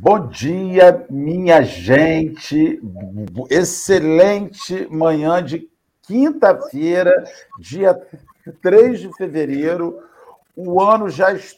Bom dia, minha gente. Excelente manhã de quinta-feira, dia 3 de fevereiro. O ano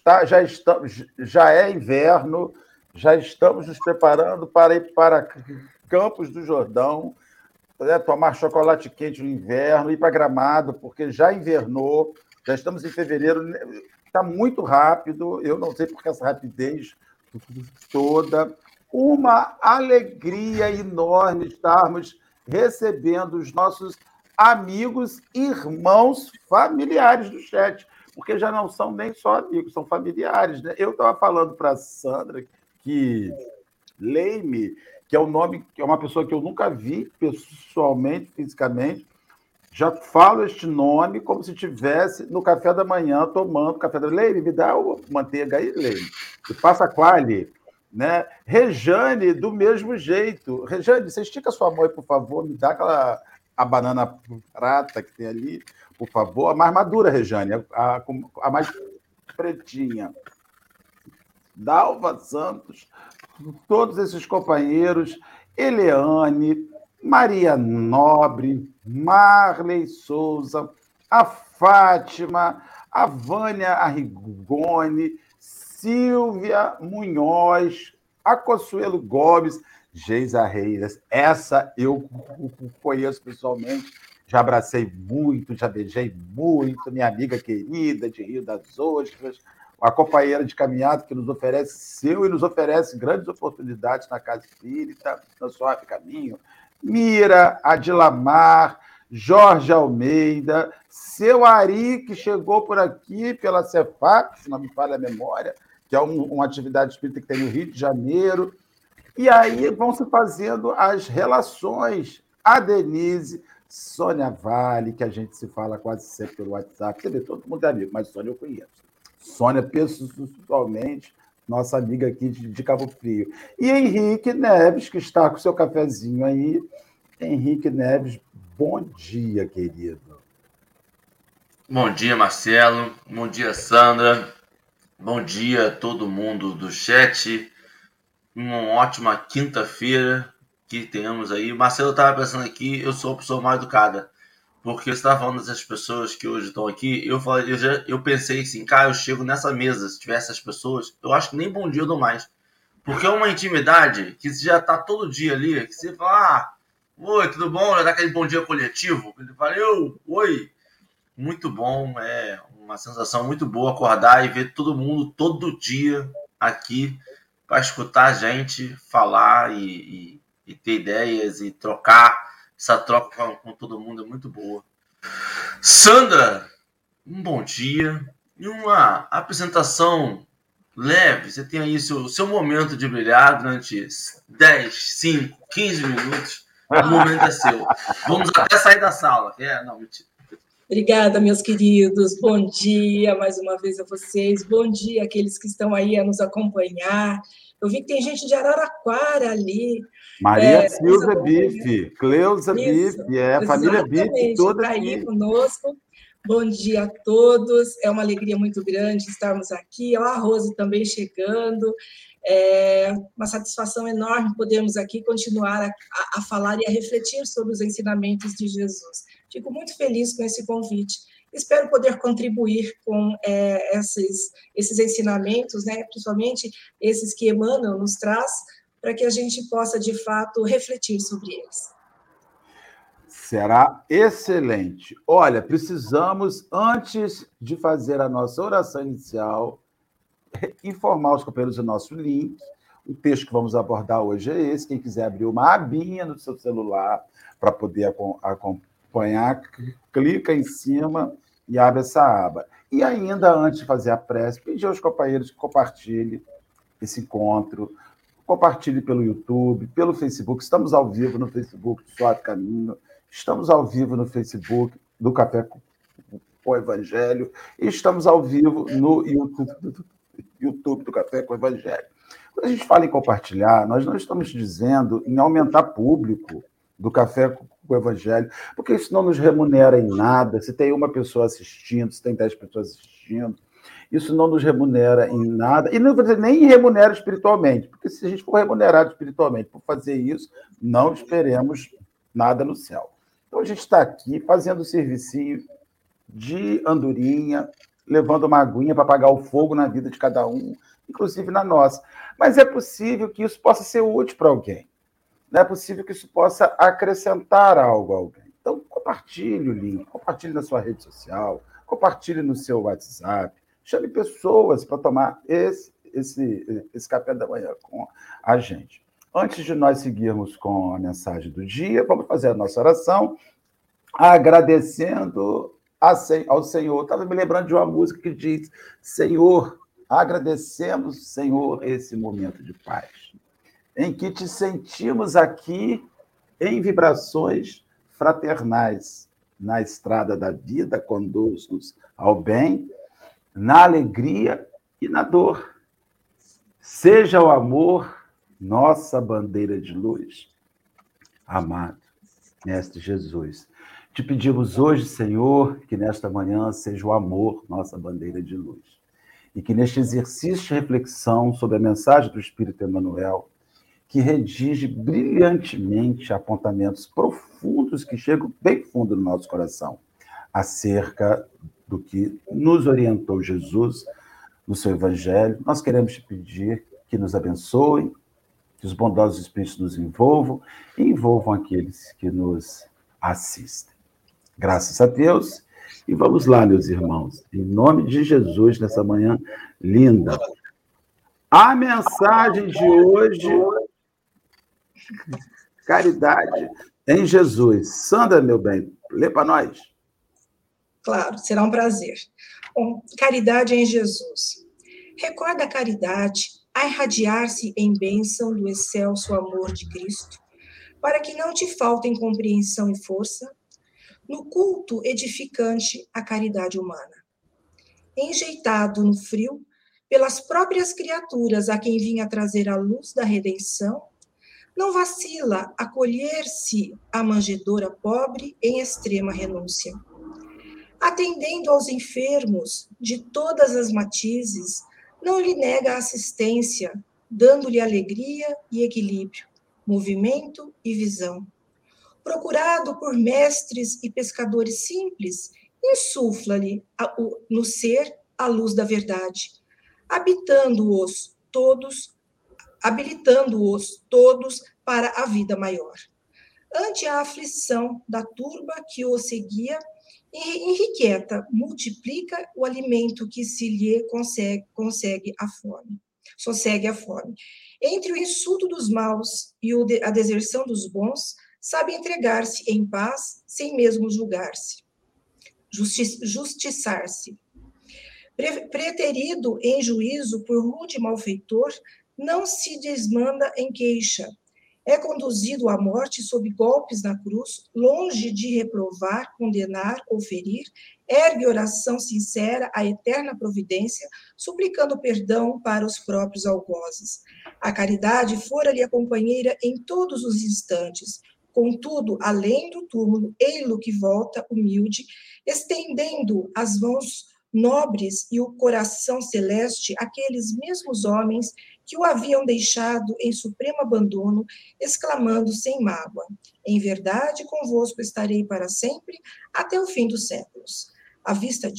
já é inverno, já estamos nos preparando para ir para Campos do Jordão, tomar chocolate quente no inverno, ir para Gramado, porque já invernou, já estamos em fevereiro, está muito rápido, eu não sei por que essa rapidez toda. Uma alegria enorme estarmos recebendo os nossos amigos, irmãos, familiares do chat, porque já não são nem só amigos, são familiares. Né? Eu estava falando para a Sandra que Leime, que é um nome, que é uma pessoa que eu nunca vi pessoalmente, fisicamente, já falo este nome como se estivesse no café da manhã tomando café da manhã. Leime, me dá uma manteiga aí, Leime. E passa quali. Né? Rejane, do mesmo jeito. Rejane, você estica sua mão aí, por favor, me dá a banana prata que tem ali, por favor. A mais madura, Rejane, a mais pretinha. Dalva Santos, todos esses companheiros, Eleane, Maria Nobre, Marley Souza, a Fátima, a Vânia Arrigoni, Silvia Munhoz, a Consuelo Gomes, Geisa Reis. Essa eu conheço pessoalmente, já abracei muito, já beijei muito, minha amiga querida de Rio das Ostras, a companheira de caminhada que nos oferece e nos oferece grandes oportunidades na Casa Espírita, no Suave Caminho. Mira, Adilamar, Jorge Almeida, seu Ari, que chegou por aqui pela Cefap, se não me falha a memória, que é uma atividade espírita que tem no Rio de Janeiro. E aí vão se fazendo as relações. A Denise, Sônia Vale, que a gente se fala quase sempre pelo WhatsApp. Você vê, todo mundo é amigo, mas Sônia eu conheço. Sônia, pessoalmente, nossa amiga aqui de Cabo Frio. E Henrique Neves, que está com seu cafezinho aí. Henrique Neves, bom dia, querido. Bom dia, Marcelo. Bom dia, Sandra. Bom dia a todo mundo do chat. Uma ótima quinta-feira que tenhamos aí. Marcelo, eu estava pensando aqui, eu sou a pessoa mal educada. Porque você estava falando dessas pessoas que hoje estão aqui, eu pensei assim, cara, eu chego nessa mesa, se tiver essas pessoas, eu acho que nem bom dia eu dou mais. Porque é uma intimidade que você já tá todo dia ali, que você fala, oi, tudo bom? Já dá aquele bom dia coletivo. Ele fala, oi. Muito bom, é uma sensação muito boa acordar e ver todo mundo todo dia aqui para escutar a gente falar e ter ideias e trocar. Essa troca com todo mundo é muito boa. Sandra, um bom dia e uma apresentação leve. Você tem aí o seu momento de brilhar durante 10, 5, 15 minutos. O momento é seu. Vamos até sair da sala. Não, mentira. Obrigada, meus queridos. Bom dia mais uma vez a vocês. Bom dia àqueles que estão aí a nos acompanhar. Eu vi que tem gente de Araraquara ali. Maria Silvia Bife, Cleusa Bife, família Bife toda tá aí conosco. Bom dia a todos. É uma alegria muito grande estarmos aqui. A Rose também chegando. É uma satisfação enorme podermos aqui continuar a falar e a refletir sobre os ensinamentos de Jesus. Fico muito feliz com esse convite. Espero poder contribuir com esses ensinamentos, né, principalmente esses que Emmanuel nos traz, para que a gente possa, de fato, refletir sobre eles. Será excelente. Olha, precisamos, antes de fazer a nossa oração inicial, informar os companheiros do nosso link. O texto que vamos abordar hoje é esse. Quem quiser abrir uma abinha no seu celular para poder acompanhar, clica em cima e abre essa aba. E ainda, antes de fazer a prece, pedir aos companheiros que compartilhem esse encontro, compartilhe pelo YouTube, pelo Facebook. Estamos ao vivo no Facebook do Suave Caminho, estamos ao vivo no Facebook do Café com o Evangelho e estamos ao vivo no YouTube do Café com o Evangelho. Quando a gente fala em compartilhar, nós não estamos dizendo em aumentar público do Café com o Evangelho, porque isso não nos remunera em nada. Se tem uma pessoa assistindo, se tem 10 pessoas assistindo, Isso não nos remunera em nada, e não vou dizer nem remunera espiritualmente, porque se a gente for remunerado espiritualmente por fazer isso, não esperemos nada no céu. Então, a gente está aqui fazendo o servicinho de andorinha, levando uma aguinha para apagar o fogo na vida de cada um, inclusive na nossa. Mas é possível que isso possa ser útil para alguém. Não é possível que isso possa acrescentar algo a alguém. Então, compartilhe o link, compartilhe na sua rede social, compartilhe no seu WhatsApp, chame pessoas para tomar esse café da manhã com a gente. Antes de nós seguirmos com a mensagem do dia, vamos fazer a nossa oração, agradecendo ao Senhor. Estava me lembrando de uma música que diz: Senhor, agradecemos, Senhor, esse momento de paz, em que te sentimos aqui em vibrações fraternais, na estrada da vida, conduz-nos ao bem, na alegria e na dor. Seja o amor nossa bandeira de luz. Amado Mestre Jesus, te pedimos hoje, Senhor, que nesta manhã seja o amor nossa bandeira de luz. E que neste exercício de reflexão sobre a mensagem do Espírito Emmanuel, que redige brilhantemente apontamentos profundos que chegam bem fundo no nosso coração, acerca do que nos orientou Jesus no seu Evangelho, nós queremos te pedir que nos abençoe, que os bondosos Espíritos nos envolvam e envolvam aqueles que nos assistem. Graças a Deus. E vamos lá, meus irmãos, em nome de Jesus, nessa manhã linda. A mensagem de hoje, caridade em Jesus. Sandra, meu bem, lê para nós. Claro, será um prazer. Bom, caridade em Jesus. Recorda a caridade a irradiar-se em bênção do excelso amor de Cristo, para que não te faltem compreensão e força no culto edificante à caridade humana. Enjeitado no frio pelas próprias criaturas a quem vinha trazer a luz da redenção, não vacila acolher-se à manjedoura pobre em extrema renúncia. Atendendo aos enfermos de todas as matizes, não lhe nega assistência, dando-lhe alegria e equilíbrio, movimento e visão. Procurado por mestres e pescadores simples, insufla-lhe no ser a luz da verdade, habilitando-os todos para a vida maior. Ante a aflição da turba que o seguia, enriqueta, multiplica o alimento que se lhe sossegue a fome. Entre o insulto dos maus e a deserção dos bons, sabe entregar-se em paz, sem mesmo julgar-se, justiçar-se. Preterido em juízo por rude malfeitor, não se desmanda em queixa. É conduzido à morte sob golpes na cruz, longe de reprovar, condenar ou ferir, ergue oração sincera à eterna providência, suplicando perdão para os próprios algozes. A caridade fora-lhe a companheira em todos os instantes. Contudo, além do túmulo, ei-lo que volta, humilde, estendendo as mãos nobres e o coração celeste àqueles mesmos homens que o haviam deixado em supremo abandono, exclamando sem mágoa: em verdade, convosco estarei para sempre, até o fim dos séculos. À vista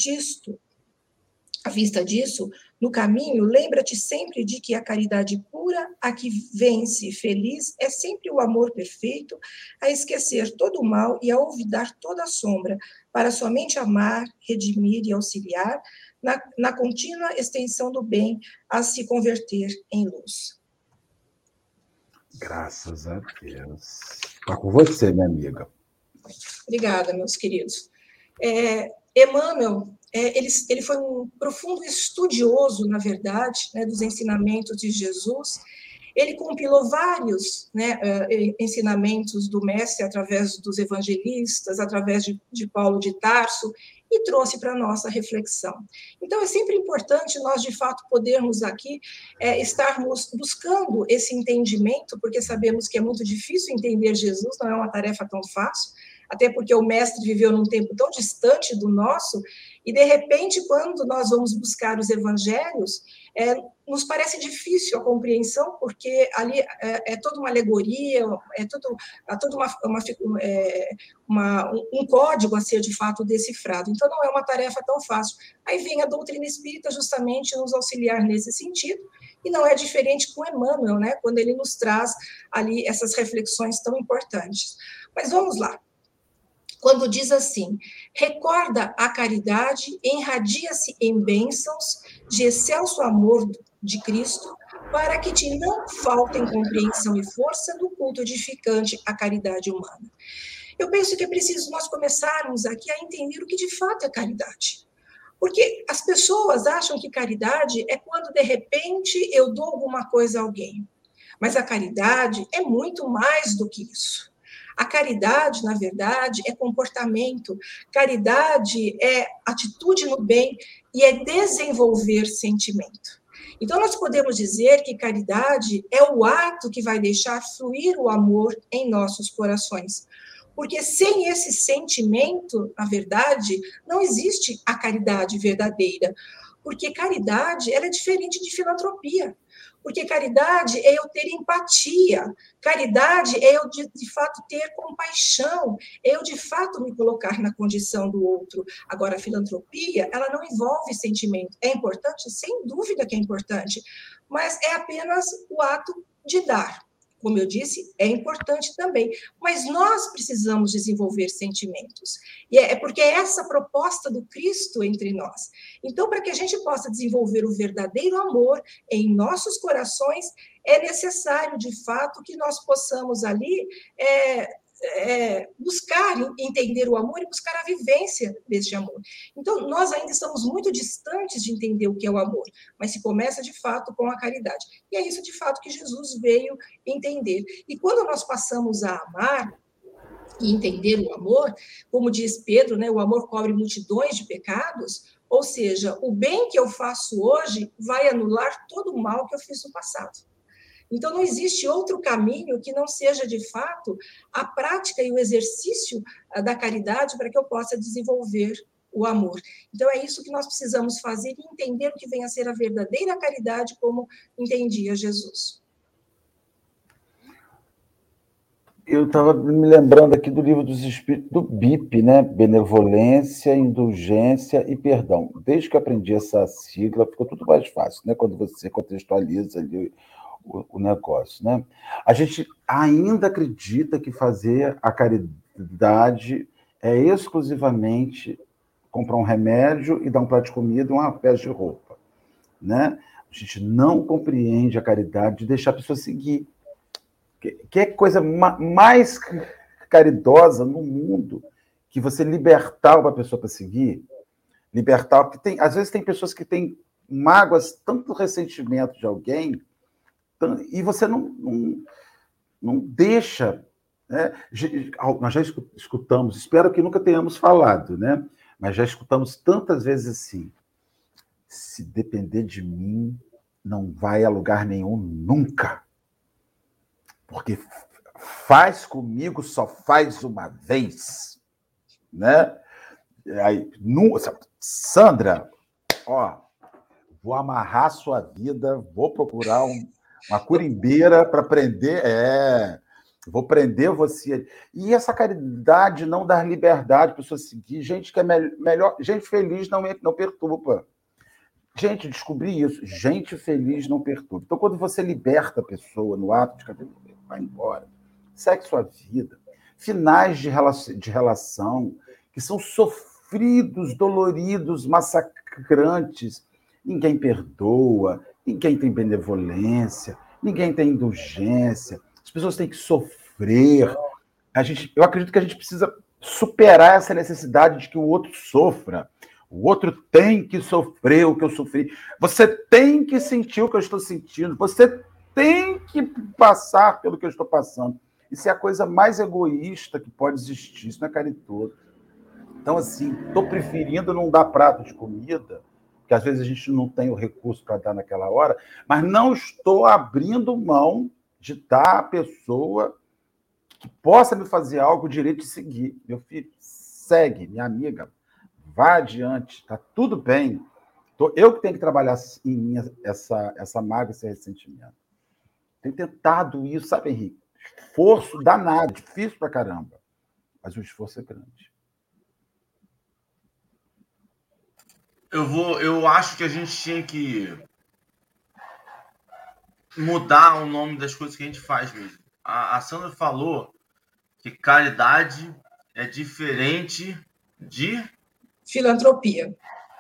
disso, no caminho, lembra-te sempre de que a caridade pura, a que vence feliz, é sempre o amor perfeito, a esquecer todo o mal e a olvidar toda a sombra, para somente amar, redimir e auxiliar, na contínua extensão do bem, a se converter em luz. Graças a Deus. Está com você, minha amiga. Obrigada, meus queridos. Emmanuel, ele foi um profundo estudioso, na verdade, dos ensinamentos de Jesus. Ele compilou vários ensinamentos do Mestre através dos evangelistas, através de Paulo de Tarso, e trouxe para a nossa reflexão. Então, é sempre importante nós, de fato, podermos aqui estarmos buscando esse entendimento, porque sabemos que é muito difícil entender Jesus, não é uma tarefa tão fácil. até porque o mestre viveu num tempo tão distante do nosso, e, de repente, quando nós vamos buscar os evangelhos, nos parece difícil a compreensão, porque ali é toda uma alegoria, é todo um código a ser, de fato, decifrado. Então, não é uma tarefa tão fácil. Aí vem a doutrina espírita justamente nos auxiliar nesse sentido, e não é diferente com Emmanuel, né, quando ele nos traz ali essas reflexões tão importantes. Mas vamos lá. Quando diz assim, recorda a caridade, irradia-se em bênçãos de excelso amor de Cristo, para que te não faltem compreensão e força do culto edificante à caridade humana. Eu penso que é preciso nós começarmos aqui a entender o que de fato é caridade. Porque as pessoas acham que caridade é quando, de repente, eu dou alguma coisa a alguém. Mas a caridade é muito mais do que isso. A caridade, na verdade, é comportamento. Caridade é atitude no bem e é desenvolver sentimento. Então, nós podemos dizer que caridade é o ato que vai deixar fluir o amor em nossos corações. Porque sem esse sentimento, na verdade, não existe a caridade verdadeira. Porque caridade, ela é diferente de filantropia. Porque caridade é eu ter empatia, caridade é eu, de fato, ter compaixão, é eu, de fato, me colocar na condição do outro. Agora, a filantropia, ela não envolve sentimento. É importante? Sem dúvida que é importante, mas é apenas o ato de dar. Como eu disse, é importante também, mas nós precisamos desenvolver sentimentos. E é porque é essa proposta do Cristo entre nós. Então, para que a gente possa desenvolver o verdadeiro amor em nossos corações, é necessário, de fato, que nós possamos ali buscar entender o amor e buscar a vivência deste amor. Então, nós ainda estamos muito distantes de entender o que é o amor, mas se começa, de fato, com a caridade. E é isso, de fato, que Jesus veio entender. E quando nós passamos a amar e entender o amor, como diz Pedro, né, o amor cobre multidões de pecados, ou seja, o bem que eu faço hoje vai anular todo o mal que eu fiz no passado. Então, não existe outro caminho que não seja, de fato, a prática e o exercício da caridade para que eu possa desenvolver o amor. Então, é isso que nós precisamos fazer e entender o que vem a ser a verdadeira caridade, como entendia Jesus. Eu estava me lembrando aqui do livro dos Espíritos, do BIP, né? Benevolência, Indulgência e Perdão. Desde que eu aprendi essa sigla, ficou tudo mais fácil, né? Quando você contextualiza ali o negócio, né? A gente ainda acredita que fazer a caridade é exclusivamente comprar um remédio e dar um prato de comida e uma peça de roupa, né? A gente não compreende a caridade de deixar a pessoa seguir. Que é coisa mais caridosa no mundo que você libertar uma pessoa para seguir? Libertar, porque às vezes tem pessoas que têm mágoas, tanto ressentimento de alguém, e você não deixa, né? Nós já escutamos, espero que nunca tenhamos falado, né? Mas já escutamos tantas vezes assim: se depender de mim, não vai a lugar nenhum nunca, porque faz comigo só faz uma vez, né? Aí, Sandra, ó, vou amarrar sua vida, vou procurar uma curimbeira para prender, vou prender você. E essa caridade não dar liberdade para a pessoa seguir, gente que é melhor, gente feliz não perturba. Gente, descobri isso, gente feliz não perturba. Então, quando você liberta a pessoa no ato de cabelo, vai embora, segue sua vida. Finais de relação que são sofridos, doloridos, massacrantes. Ninguém perdoa, ninguém tem benevolência, ninguém tem indulgência. As pessoas têm que sofrer. Eu acredito que a gente precisa superar essa necessidade de que o outro sofra. O outro tem que sofrer o que eu sofri. Você tem que sentir o que eu estou sentindo. Você tem que passar pelo que eu estou passando. Isso é a coisa mais egoísta que pode existir. Isso não é caridoso. Então, assim, estou preferindo não dar prato de comida, porque às vezes a gente não tem o recurso para dar naquela hora, mas não estou abrindo mão de dar à pessoa que possa me fazer algo, o direito de seguir. Meu filho, segue, minha amiga, vá adiante, está tudo bem. Eu que tenho que trabalhar em mim essa mágoa, esse ressentimento. Tenho tentado isso, sabe, Henrique? Esforço danado, difícil pra caramba. Mas o esforço é grande. Eu acho que a gente tinha que mudar o nome das coisas que a gente faz mesmo. A Sandra falou que caridade é diferente de filantropia.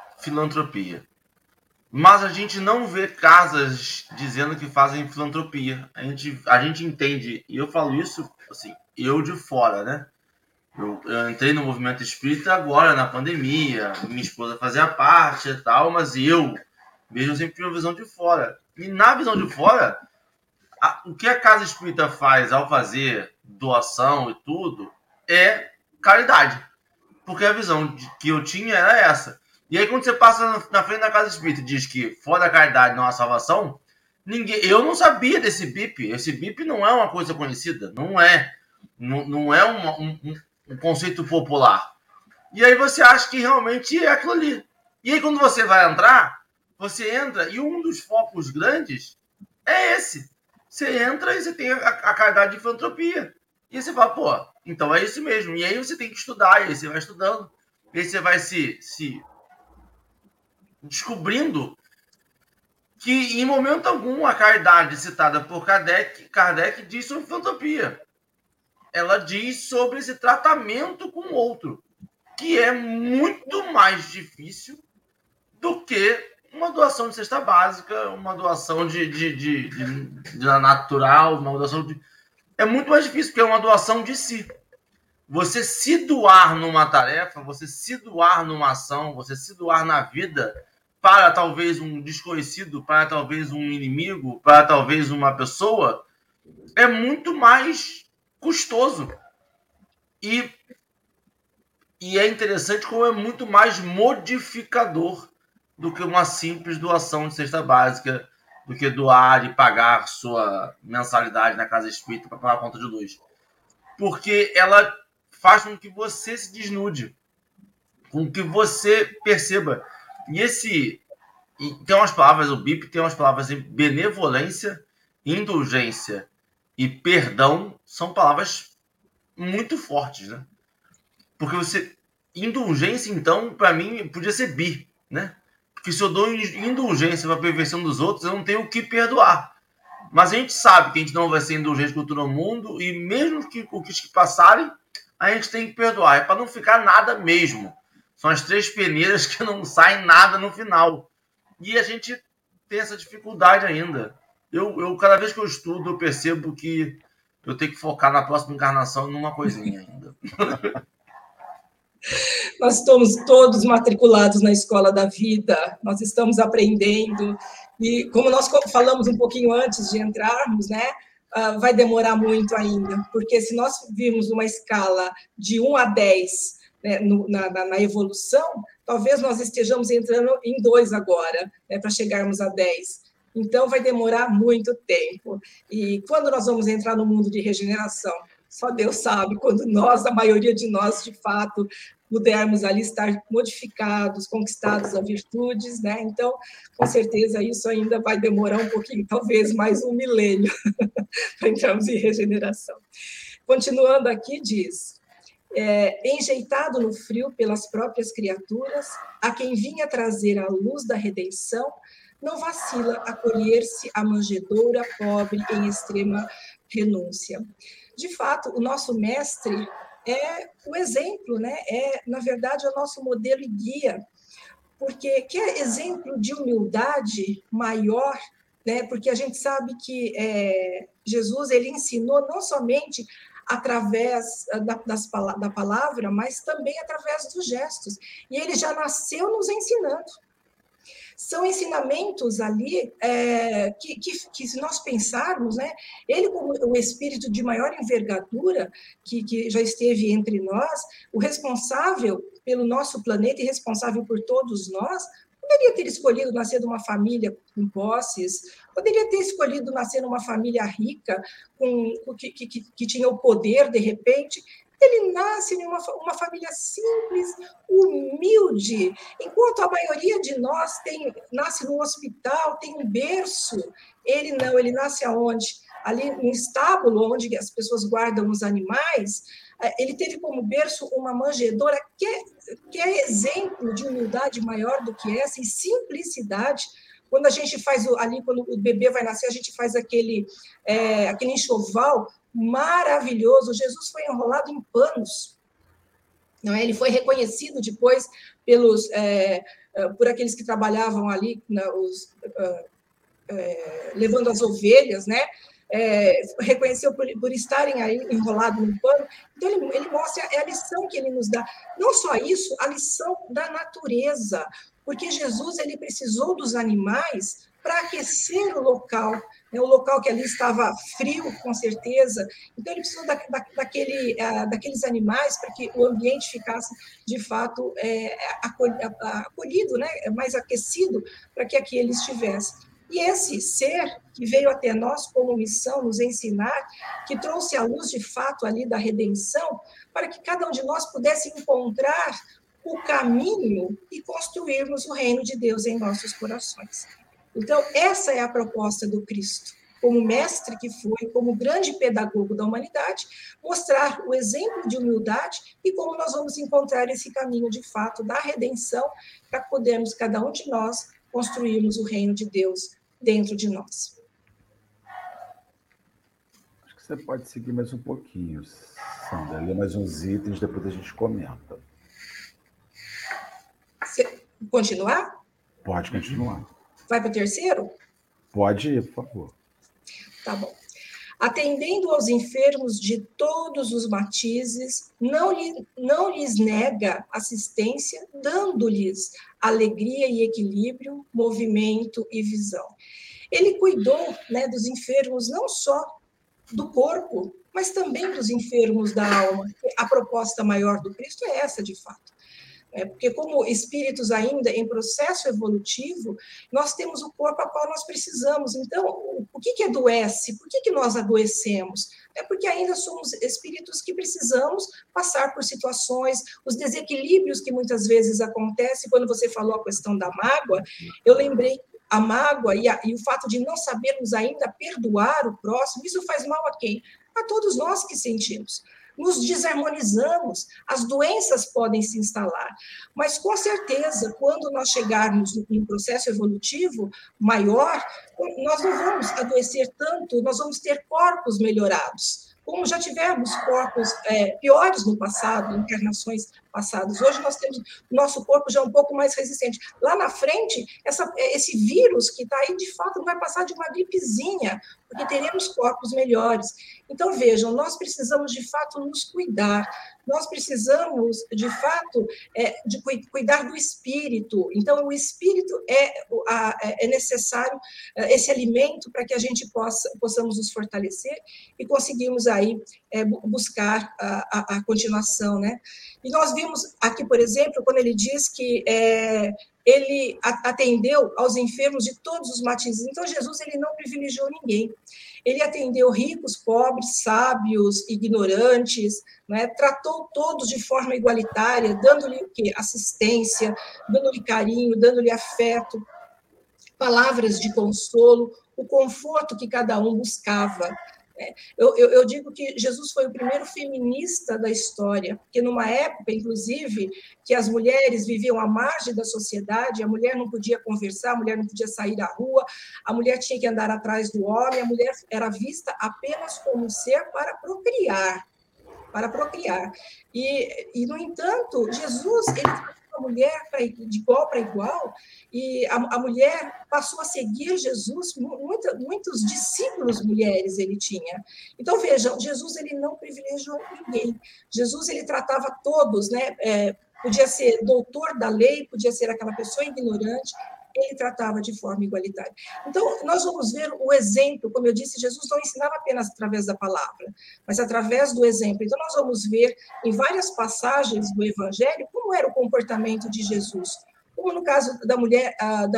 Mas a gente não vê casas dizendo que fazem filantropia. A gente entende, e eu falo isso, assim, eu de fora, né? Eu entrei no movimento espírita agora, na pandemia, minha esposa fazia parte e tal, mas eu vejo sempre uma visão de fora. E na visão de fora, o que a casa espírita faz ao fazer doação e tudo é caridade. Porque a visão que eu tinha era essa. E aí, quando você passa na frente da casa espírita e diz que fora da caridade não há salvação, eu não sabia desse BIP. Esse BIP não é uma coisa conhecida. Não é. Não é um conceito popular. E aí você acha que realmente é aquilo ali. E aí, quando você vai entrar, você entra e um dos focos grandes é esse. Você entra e você tem a caridade de filantropia. E você fala, pô, então é isso mesmo. E aí você tem que estudar, e aí você vai estudando. E aí você vai se descobrindo que, em momento algum, a caridade citada por Kardec diz sobre filantropia. Ela diz sobre esse tratamento com o outro, que é muito mais difícil do que uma doação de cesta básica, uma doação de natural, uma doação de... É muito mais difícil, porque é uma doação de si. Você se doar numa tarefa, você se doar numa ação, você se doar na vida para talvez um desconhecido, para talvez um inimigo, para talvez uma pessoa, é muito mais custoso. E é interessante como é muito mais modificador do que uma simples doação de cesta básica, do que doar e pagar sua mensalidade na casa espírita para pagar a conta de luz. Porque ela faz com que você se desnude, com que você perceba. E tem umas palavras, o BIP tem umas palavras em benevolência, indulgência e perdão, são palavras muito fortes, né? Porque indulgência, então, para mim, podia ser né? Porque se eu dou indulgência para a perfeição dos outros, eu não tenho o que perdoar. Mas a gente sabe que a gente não vai ser indulgente com todo mundo, e mesmo que o que passarem, a gente tem que perdoar. É para não ficar nada mesmo. São as 3 peneiras que não saem nada no final. E a gente tem essa dificuldade ainda. Cada vez que eu estudo, eu percebo que eu tenho que focar na próxima encarnação numa coisinha ainda. Nós estamos todos matriculados na escola da vida, nós estamos aprendendo, e como nós falamos um pouquinho antes de entrarmos, né, vai demorar muito ainda, porque se nós virmos uma escala de 1 a 10, né, na evolução, talvez nós estejamos entrando em 2 agora, né, para chegarmos a 10. Então, vai demorar muito tempo. E quando nós vamos entrar no mundo de regeneração? Só Deus sabe, quando a maioria de nós, de fato, pudermos ali estar modificados, conquistados a virtudes, né? Então, com certeza, isso ainda vai demorar um pouquinho, talvez mais um milênio, para entrarmos em regeneração. Continuando aqui, diz: enjeitado no frio pelas próprias criaturas, a quem vinha trazer a luz da redenção, não vacila acolher-se à manjedoura pobre em extrema renúncia. De fato, o nosso mestre é o exemplo, né? Na verdade, é o nosso modelo e guia, porque que é exemplo de humildade maior, né? Porque a gente sabe que Jesus ele ensinou não somente através da palavra, mas também através dos gestos, e ele já nasceu nos ensinando. São ensinamentos ali que, se nós pensarmos, né, ele, como o espírito de maior envergadura que já esteve entre nós, o responsável pelo nosso planeta e responsável por todos nós, Poderia ter escolhido nascer numa família com posses, poderia ter escolhido nascer numa família rica, que tinha o poder, de repente. Ele nasce em uma família simples, humilde, enquanto a maioria de nós nasce num hospital, tem um berço. Ele não, ele nasce aonde? Ali no estábulo, onde as pessoas guardam os animais. Ele teve como berço uma manjedoura, que é exemplo de humildade maior do que essa, e simplicidade. Quando a gente faz ali, quando o bebê vai nascer, a gente faz aquele enxoval maravilhoso. Jesus foi enrolado em panos, não é? Ele foi reconhecido depois por aqueles que trabalhavam ali, levando as ovelhas, né? Reconheceu por estarem aí enrolados no pano. Então, ele mostra a lição que ele nos dá. Não só isso, a lição da natureza, porque Jesus ele precisou dos animais para aquecer o local, né? O local que ali estava frio, com certeza. Então, ele precisou daqueles animais para que o ambiente ficasse, de fato, acolhido, né? Mais aquecido, para que aqui ele estivesse. E esse ser que veio até nós como missão nos ensinar, que trouxe a luz de fato ali da redenção, para que cada um de nós pudesse encontrar o caminho e construirmos o reino de Deus em nossos corações. Então, essa é a proposta do Cristo, como mestre que foi, como grande pedagogo da humanidade, mostrar o exemplo de humildade e como nós vamos encontrar esse caminho de fato da redenção, para podermos, cada um de nós, construirmos o reino de Deus dentro de nós. Acho que você pode seguir mais um pouquinho, Sandra. Lê mais uns itens, depois a gente comenta. Continuar? Pode continuar. Vai para o terceiro? Pode ir, por favor. Tá bom. Atendendo aos enfermos de todos os matizes, não lhes nega assistência, dando-lhes alegria e equilíbrio, movimento e visão. Ele cuidou, né, dos enfermos não só do corpo, mas também dos enfermos da alma. A proposta maior do Cristo é essa, de fato. Porque como espíritos ainda em processo evolutivo, nós temos o corpo a qual nós precisamos. Então, o que adoece? Por que nós adoecemos? É porque ainda somos espíritos que precisamos passar por situações, os desequilíbrios que muitas vezes acontecem. Quando você falou a questão da mágoa, eu lembrei a mágoa e o fato de não sabermos ainda perdoar o próximo, isso faz mal a quem? A todos nós que sentimos. Nos desarmonizamos, as doenças podem se instalar, mas com certeza, quando nós chegarmos em um processo evolutivo maior, nós não vamos adoecer tanto, nós vamos ter corpos melhorados, como já tivemos corpos piores no passado, encarnações passadas. Hoje nós temos o nosso corpo já um pouco mais resistente. Lá na frente, esse vírus que está aí, de fato, não vai passar de uma gripezinha, porque teremos corpos melhores. Então, vejam, nós precisamos, de fato, nos cuidar. Nós precisamos, de fato, de cuidar do espírito. Então, o espírito é necessário, esse alimento, para que a gente possamos nos fortalecer e conseguirmos aí buscar a continuação, né? E nós vimos aqui, por exemplo, quando ele diz que ele atendeu aos enfermos de todos os matizes. Então, Jesus ele não privilegiou ninguém. Ele atendeu ricos, pobres, sábios, ignorantes, né? Tratou todos de forma igualitária, dando-lhe o quê? Assistência, dando-lhe carinho, dando-lhe afeto, palavras de consolo, o conforto que cada um buscava. Eu digo que Jesus foi o primeiro feminista da história, porque numa época, inclusive, que as mulheres viviam à margem da sociedade, a mulher não podia conversar, a mulher não podia sair à rua, a mulher tinha que andar atrás do homem, a mulher era vista apenas como um ser para procriar. E no entanto, Jesus, ele tratou a mulher de igual para igual, e a mulher passou a seguir Jesus, muitos discípulos mulheres ele tinha. Então, vejam, Jesus ele não privilegiou ninguém. Jesus ele tratava todos, né? Podia ser doutor da lei, podia ser aquela pessoa ignorante, ele tratava de forma igualitária. Então, nós vamos ver o exemplo, como eu disse, Jesus não ensinava apenas através da palavra, mas através do exemplo. Então, nós vamos ver em várias passagens do Evangelho como era o comportamento de Jesus, como como no caso da mulher,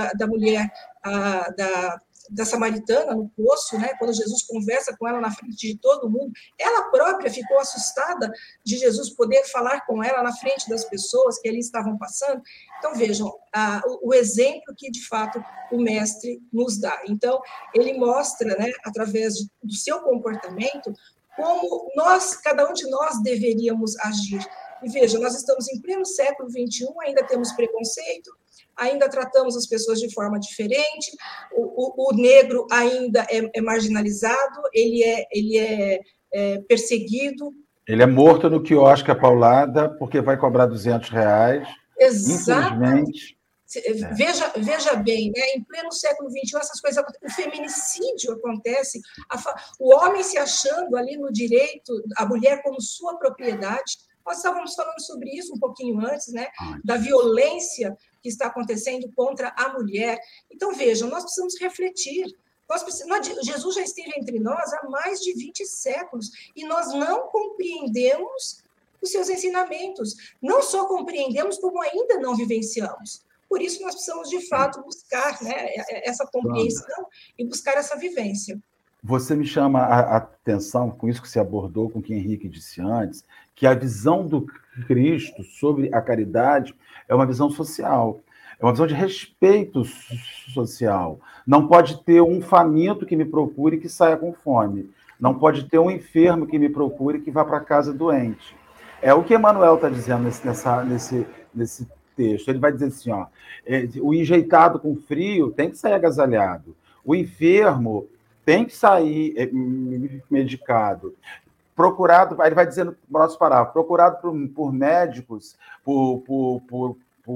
da samaritana no poço, né? Quando Jesus conversa com ela na frente de todo mundo, ela própria ficou assustada de Jesus poder falar com ela na frente das pessoas que ali estavam passando. Então, vejam, o exemplo que, de fato, o mestre nos dá. Então, ele mostra, né, através do seu comportamento, como cada um de nós deveríamos agir. E veja, nós estamos em pleno século XXI, ainda temos preconceito, ainda tratamos as pessoas de forma diferente, o negro ainda é marginalizado, ele é perseguido. Ele é morto no quiosque a paulada porque vai cobrar R$200. Exatamente. Infelizmente. Veja bem, né? Em pleno século XXI, essas coisas acontecem. O feminicídio acontece, o homem se achando ali no direito, a mulher como sua propriedade. Nós estávamos falando sobre isso um pouquinho antes, né? Da violência que está acontecendo contra a mulher. Então, vejam, nós precisamos refletir. Jesus já esteve entre nós há mais de 20 séculos e nós não compreendemos os seus ensinamentos. Não só compreendemos, como ainda não vivenciamos. Por isso, nós precisamos, de fato, buscar, né, essa compreensão e buscar essa vivência. Você me chama a atenção, com isso que você abordou, com o que Henrique disse antes, que a visão do Cristo sobre a caridade é uma visão social, é uma visão de respeito social. Não pode ter um faminto que me procure e que saia com fome. Não pode ter um enfermo que me procure e que vá para casa doente. É o que Emmanuel está dizendo nesse texto. Ele vai dizer assim, ó, o enjeitado com frio tem que sair agasalhado. O enfermo tem que sair medicado. Procurado, ele vai dizendo no nosso parágrafo, procurado por médicos, por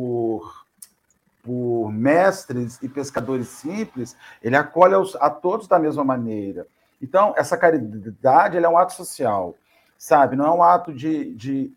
mestres e pescadores simples, ele acolhe a todos da mesma maneira. Então, essa caridade é um ato social, sabe? Não é um ato de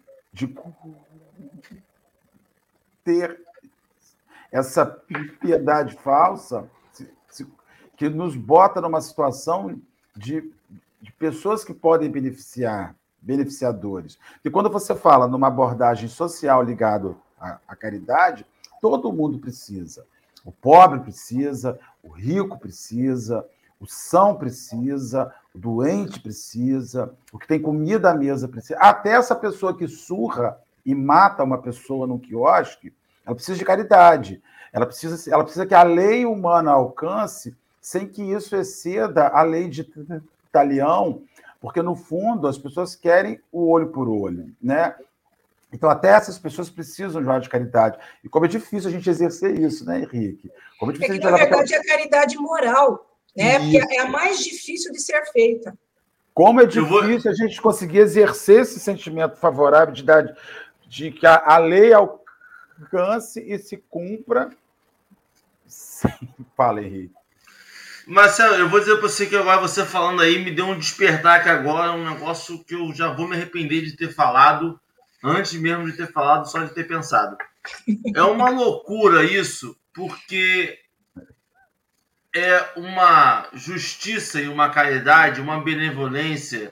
ter essa piedade falsa que nos bota numa situação de pessoas que podem beneficiadores. E quando você fala numa abordagem social ligada à caridade, todo mundo precisa. O pobre precisa, o rico precisa, o são precisa, o doente precisa, o que tem comida à mesa precisa. Até essa pessoa que surra e mata uma pessoa no quiosque, ela precisa de caridade. Ela precisa que a lei humana alcance sem que isso exceda a lei de Talião, porque, no fundo, as pessoas querem o olho por olho, né? Então, até essas pessoas precisam de uma de caridade. E como é difícil a gente exercer isso, né, Henrique? Como é difícil que, na verdade, é a caridade moral, né? Porque é a mais difícil de ser feita. Como é difícil a gente conseguir exercer esse sentimento favorável de que a lei alcance e se cumpra. Fala, Henrique. Marcelo, eu vou dizer para você que agora você falando aí me deu um despertar que agora, um negócio que eu já vou me arrepender de ter falado, antes mesmo de ter falado, só de ter pensado. É uma loucura isso, porque é uma justiça e uma caridade, uma benevolência,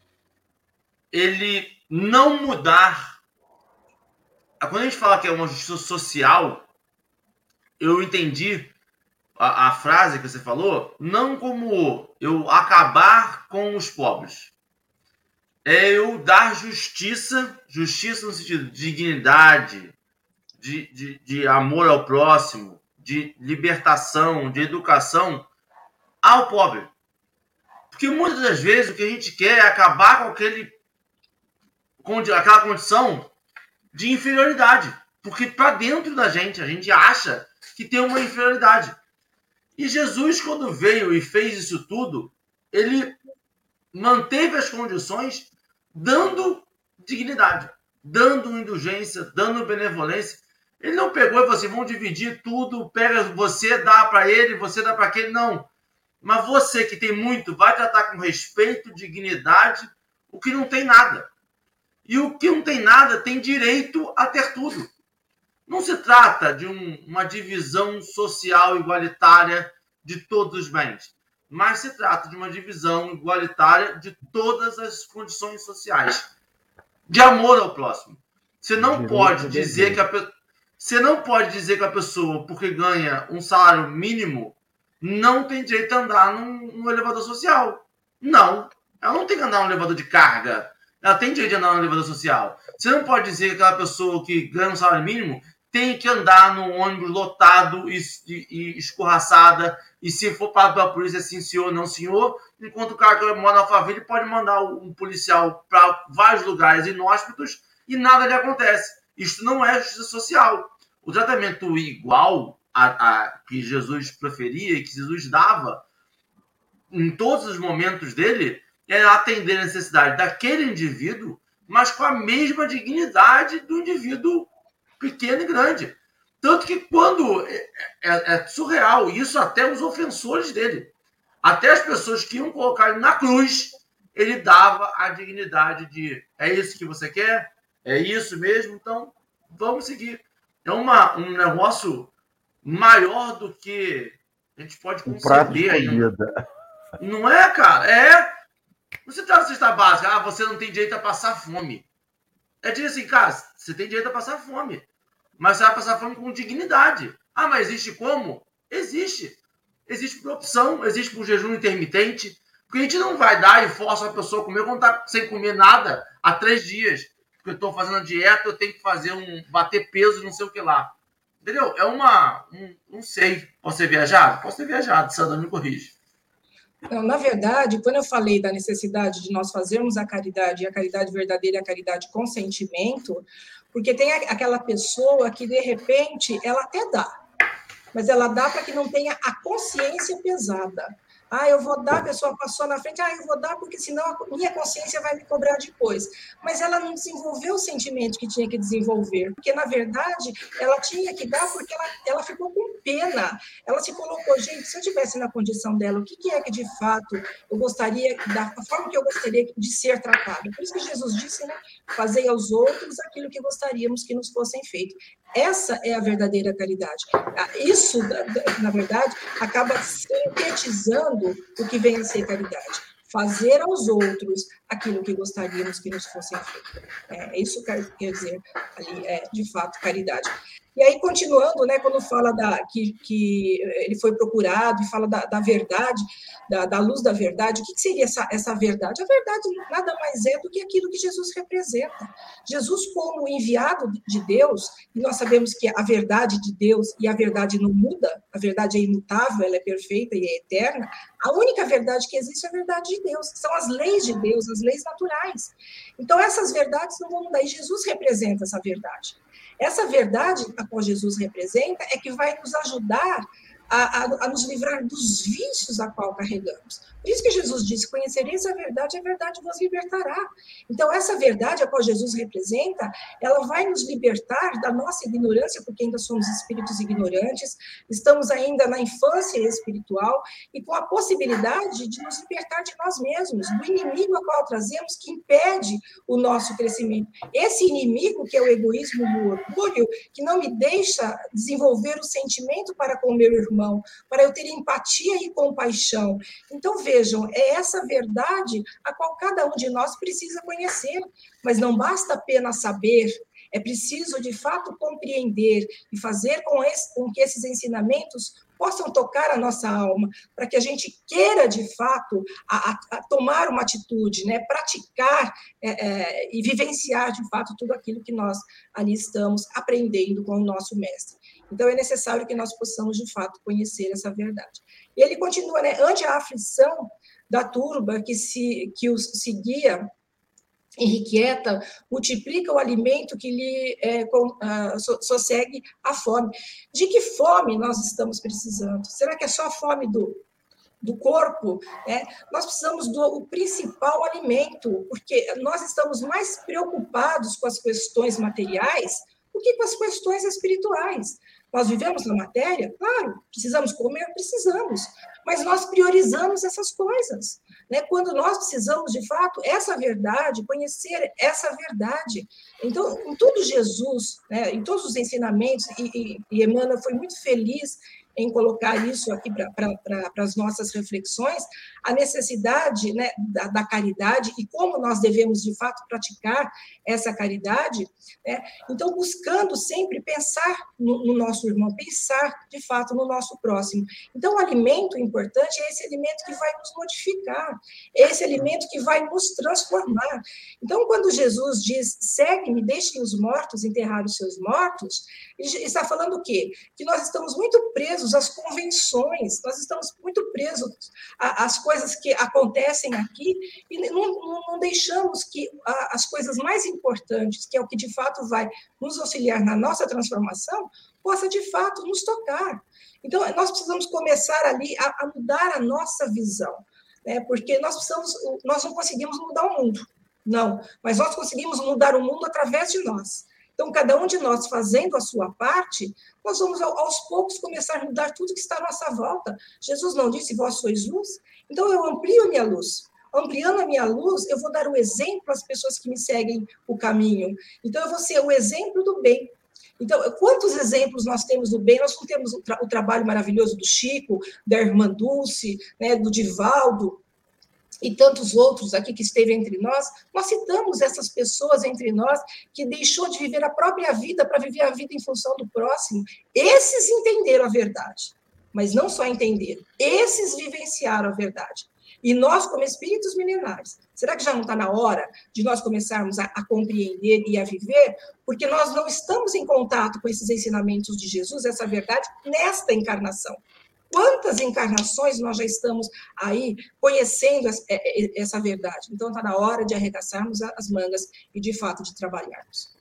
ele não mudar. Quando a gente fala que é uma justiça social, eu entendi a frase que você falou, não como eu acabar com os pobres. É eu dar justiça no sentido de dignidade, de amor ao próximo, de libertação, de educação ao pobre. Porque muitas das vezes o que a gente quer é acabar com aquela condição de inferioridade. Porque para dentro da gente, a gente acha que tem uma inferioridade. E Jesus, quando veio e fez isso tudo, ele manteve as condições dando dignidade, dando indulgência, dando benevolência. Ele não pegou e falou assim, vamos dividir tudo, pega você, dá para ele, você dá para aquele. Não. Mas você que tem muito, vai tratar com respeito, dignidade, o que não tem nada. E o que não tem nada tem direito a ter tudo. Não se trata de uma divisão social igualitária de todos os bens, mas se trata de uma divisão igualitária de todas as condições sociais, de amor ao próximo. Você não pode dizer que Você não pode dizer que a pessoa, porque ganha um salário mínimo, não tem direito a andar no elevador social. Não. Ela não tem que andar no elevador de carga. Ela tem direito de andar no elevador social. Você não pode dizer que aquela pessoa que ganha um salário mínimo tem que andar no ônibus lotado e escorraçada. E se for parado pela polícia, sim, senhor, não, senhor. Enquanto o cara que mora na favela, ele pode mandar um policial para vários lugares inóspitos e nada lhe acontece. Isso não é justiça social. O tratamento igual a que Jesus preferia e que Jesus dava em todos os momentos dele era atender a necessidade daquele indivíduo, mas com a mesma dignidade do indivíduo pequeno e grande. Tanto que quando é surreal, isso até os ofensores dele, até as pessoas que iam colocar ele na cruz, ele dava a dignidade de é isso que você quer? É isso mesmo? Então, vamos seguir. É um negócio maior do que a gente pode conceber ainda. Não é, cara? É. Você tá na cesta básica, você não tem direito a passar fome. É dizer assim, cara, você tem direito a passar fome. Mas você vai passar fome com dignidade. Mas existe como? Existe. Existe por opção, existe por jejum intermitente. Porque a gente não vai dar e força a pessoa a comer quando tá sem comer nada há 3 dias. Porque eu estou fazendo a dieta, eu tenho que fazer bater peso, não sei o que lá. Entendeu? Não sei. Posso ter viajado? Posso ter viajado, Sandra me corrige. Não, na verdade, quando eu falei da necessidade de nós fazermos a caridade, e a caridade verdadeira é a caridade com sentimento, porque tem aquela pessoa que, de repente, ela até dá, mas ela dá para que não tenha a consciência pesada. Eu vou dar, a pessoa passou na frente, eu vou dar porque senão a minha consciência vai me cobrar depois. Mas ela não desenvolveu o sentimento que tinha que desenvolver, porque, na verdade, ela tinha que dar porque ela ficou com pena. Ela se colocou, gente, se eu estivesse na condição dela, o que é que, de fato, eu gostaria, da forma que eu gostaria de ser tratada? Por isso que Jesus disse, né? Fazei aos outros aquilo que gostaríamos que nos fossem feito. Essa é a verdadeira caridade. Isso, na verdade, acaba sintetizando o que vem a ser caridade. Fazer aos outros aquilo que gostaríamos que nos fossem feito. Isso quer dizer, ali, de fato, caridade. E aí, continuando, né, quando fala que ele foi procurado e fala da verdade, da luz da verdade, o que seria essa verdade? A verdade nada mais é do que aquilo que Jesus representa. Jesus, como enviado de Deus, e nós sabemos que a verdade de Deus e a verdade não muda, a verdade é imutável, ela é perfeita e é eterna, a única verdade que existe é a verdade de Deus, que são as leis de Deus, as leis naturais. Então, essas verdades não vão mudar, e Jesus representa essa verdade. Essa verdade a qual Jesus representa é que vai nos ajudar a nos livrar dos vícios a qual carregamos. Por isso que Jesus disse, conhecereis a verdade vos libertará. Então, essa verdade a qual Jesus representa, ela vai nos libertar da nossa ignorância, porque ainda somos espíritos ignorantes, estamos ainda na infância espiritual, e com a possibilidade de nos libertar de nós mesmos, do inimigo a qual trazemos, que impede o nosso crescimento. Esse inimigo, que é o egoísmo e o orgulho, que não me deixa desenvolver o sentimento para com o meu irmão, para eu ter empatia e compaixão. Então, vejam, é essa verdade a qual cada um de nós precisa conhecer, mas não basta apenas saber, é preciso, de fato, compreender e fazer com que esses ensinamentos possam tocar a nossa alma, para que a gente queira, de fato, a tomar uma atitude, né? Praticar e vivenciar, de fato, tudo aquilo que nós ali estamos aprendendo com o nosso mestre. Então, é necessário que nós possamos, de fato, conhecer essa verdade. E ele continua, né? Ante a aflição da turba que os seguia, irrequieta, multiplica o alimento que lhe sossegue a fome. De que fome nós estamos precisando? Será que é só a fome do corpo? Nós precisamos do principal alimento, porque nós estamos mais preocupados com as questões materiais do que com as questões espirituais. Nós vivemos na matéria? Claro. Precisamos comer? Precisamos. Mas nós priorizamos essas coisas. Quando nós precisamos, de fato, essa verdade, conhecer essa verdade. Então, em tudo Jesus, em todos os ensinamentos, e Emmanuel foi muito feliz em colocar isso aqui para as nossas reflexões, a necessidade, né, da caridade e como nós devemos, de fato, praticar essa caridade, né? Então, buscando sempre pensar no nosso irmão, pensar, de fato, no nosso próximo. Então, o alimento importante é esse alimento que vai nos modificar, é esse alimento que vai nos transformar. Então, quando Jesus diz, segue-me, deixem os mortos enterrar os seus mortos, ele está falando o quê? Que nós estamos muito presos às convenções, nós estamos muito presos às coisas que acontecem aqui e não deixamos que as coisas mais importantes, que é o que de fato vai nos auxiliar na nossa transformação, possa de fato nos tocar. Então, nós precisamos começar ali a mudar a nossa visão, né? Porque nós não conseguimos mudar o mundo, não, mas nós conseguimos mudar o mundo através de nós. Então, cada um de nós fazendo a sua parte, nós vamos, aos poucos, começar a mudar tudo que está à nossa volta. Jesus não disse, vós sois luz? Então, eu amplio a minha luz. Ampliando a minha luz, eu vou dar o exemplo às pessoas que me seguem o caminho. Então, eu vou ser o exemplo do bem. Então, quantos exemplos nós temos do bem? Nós não temos o trabalho maravilhoso do Chico, da irmã Dulce, né, do Divaldo, e tantos outros aqui que esteve entre nós, nós citamos essas pessoas entre nós que deixou de viver a própria vida para viver a vida em função do próximo. Esses entenderam a verdade, mas não só entenderam, esses vivenciaram a verdade. E nós, como espíritos milenares, será que já não está na hora de nós começarmos a compreender e a viver? Porque nós não estamos em contato com esses ensinamentos de Jesus, essa verdade, nesta encarnação. Quantas encarnações nós já estamos aí conhecendo essa verdade? Então, está na hora de arregaçarmos as mangas e, de fato, de trabalharmos.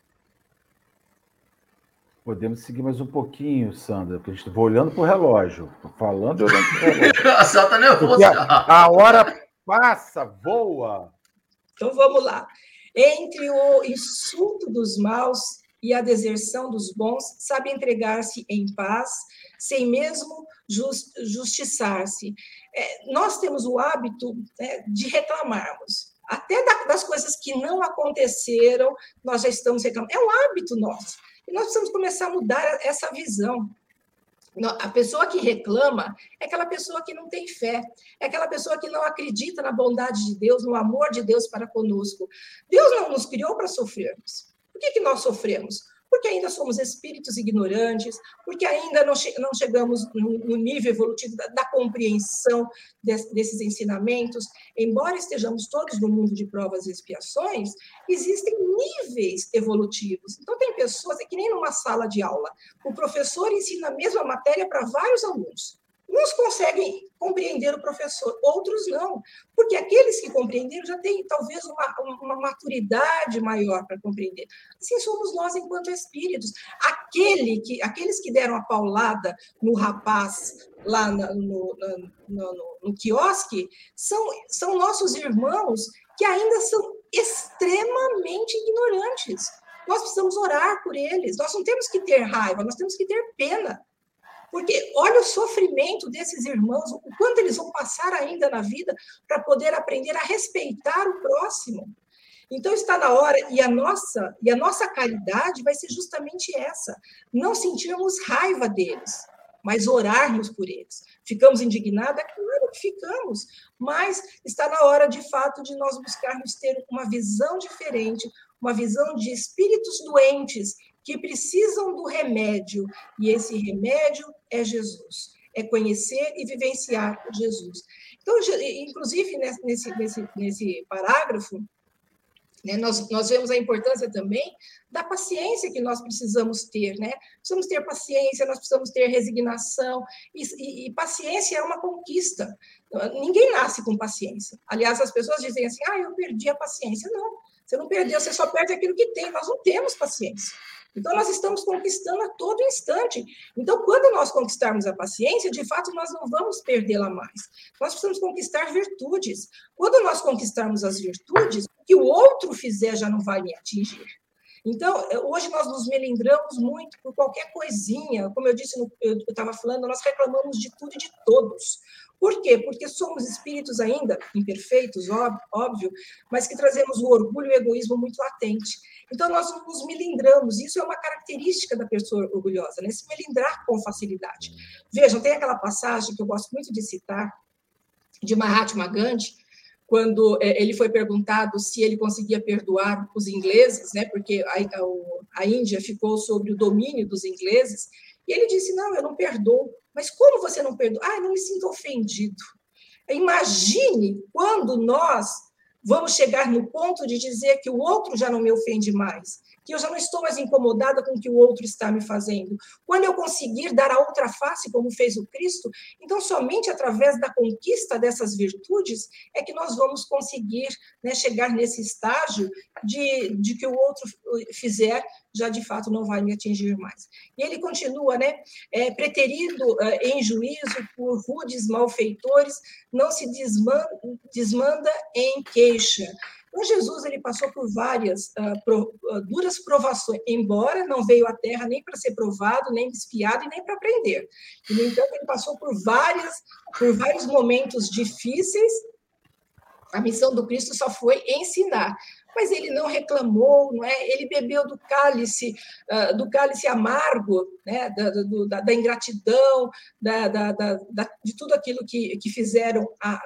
Podemos seguir mais um pouquinho, Sandra, porque a gente vai olhando para o relógio. Estou falando e olhando para o relógio. Nossa, tá nervoso. A hora passa, voa. Então, vamos lá. Entre o insulto dos maus e a deserção dos bons, sabe entregar-se em paz, sem mesmo justiçar-se. Nós temos o hábito, né, de reclamarmos. Até das coisas que não aconteceram, nós já estamos reclamando. É um hábito nosso. E nós precisamos começar a mudar essa visão. A pessoa que reclama é aquela pessoa que não tem fé, é aquela pessoa que não acredita na bondade de Deus, no amor de Deus para conosco. Deus não nos criou para sofrermos. Por que nós sofremos? Porque ainda somos espíritos ignorantes, porque ainda não chegamos no nível evolutivo da compreensão desses ensinamentos. Embora estejamos todos no mundo de provas e expiações, existem níveis evolutivos. Então, tem pessoas, é que nem numa sala de aula, o professor ensina a mesma matéria para vários alunos. Uns conseguem compreender o professor, outros não, porque aqueles que compreenderam já têm talvez uma maturidade maior para compreender. Assim somos nós enquanto espíritos. Aqueles que deram a paulada no rapaz lá no quiosque são nossos irmãos que ainda são extremamente ignorantes. Nós precisamos orar por eles, nós não temos que ter raiva, nós temos que ter pena. Porque olha o sofrimento desses irmãos, o quanto eles vão passar ainda na vida para poder aprender a respeitar o próximo. Então, está na hora, e a nossa caridade vai ser justamente essa, não sentirmos raiva deles, mas orarmos por eles. Ficamos indignados? Claro que ficamos, mas está na hora, de fato, de nós buscarmos ter uma visão diferente, uma visão de espíritos doentes, que precisam do remédio, e esse remédio é Jesus, é conhecer e vivenciar Jesus. Então, inclusive, nesse parágrafo, né, nós vemos a importância também da paciência que nós precisamos ter, né? Precisamos ter paciência, nós precisamos ter resignação, e paciência é uma conquista. Ninguém nasce com paciência. Aliás, as pessoas dizem assim, eu perdi a paciência. Não, você não perdeu, você só perde aquilo que tem. Nós não temos paciência. Então, nós estamos conquistando a todo instante. Então, quando nós conquistarmos a paciência, de fato, nós não vamos perdê-la mais. Nós precisamos conquistar virtudes. Quando nós conquistarmos as virtudes, o que o outro fizer já não vai me atingir. Então, hoje nós nos melindramos muito por qualquer coisinha. Como eu disse, eu estava falando, nós reclamamos de tudo e de todos. Por quê? Porque somos espíritos ainda imperfeitos, óbvio, mas que trazemos o orgulho e o egoísmo muito latente. Então, nós nos melindramos. Isso é uma característica da pessoa orgulhosa, né? Se melindrar com facilidade. Vejam, tem aquela passagem que eu gosto muito de citar, de Mahatma Gandhi, quando ele foi perguntado se ele conseguia perdoar os ingleses, né? Porque a Índia ficou sob o domínio dos ingleses, e ele disse, não, eu não perdoo. Mas como você não perdoa? Ah, eu não me sinto ofendido. Imagine quando nós vamos chegar no ponto de dizer que o outro já não me ofende mais, que eu já não estou mais incomodada com o que o outro está me fazendo. Quando eu conseguir dar a outra face, como fez o Cristo, então somente através da conquista dessas virtudes é que nós vamos conseguir, né, chegar nesse estágio de que o outro fizer já de fato não vai me atingir mais. E ele continua, né? Preterido em juízo por rudes malfeitores, não se desmanda em queixa. Então, Jesus ele passou por várias duras provações, embora não veio à Terra nem para ser provado, nem espiado e nem para aprender. E, no entanto, ele passou por vários momentos difíceis. A missão do Cristo só foi ensinar. Mas ele não reclamou, não é? Ele bebeu do cálice amargo, né? da ingratidão, de tudo aquilo que fizeram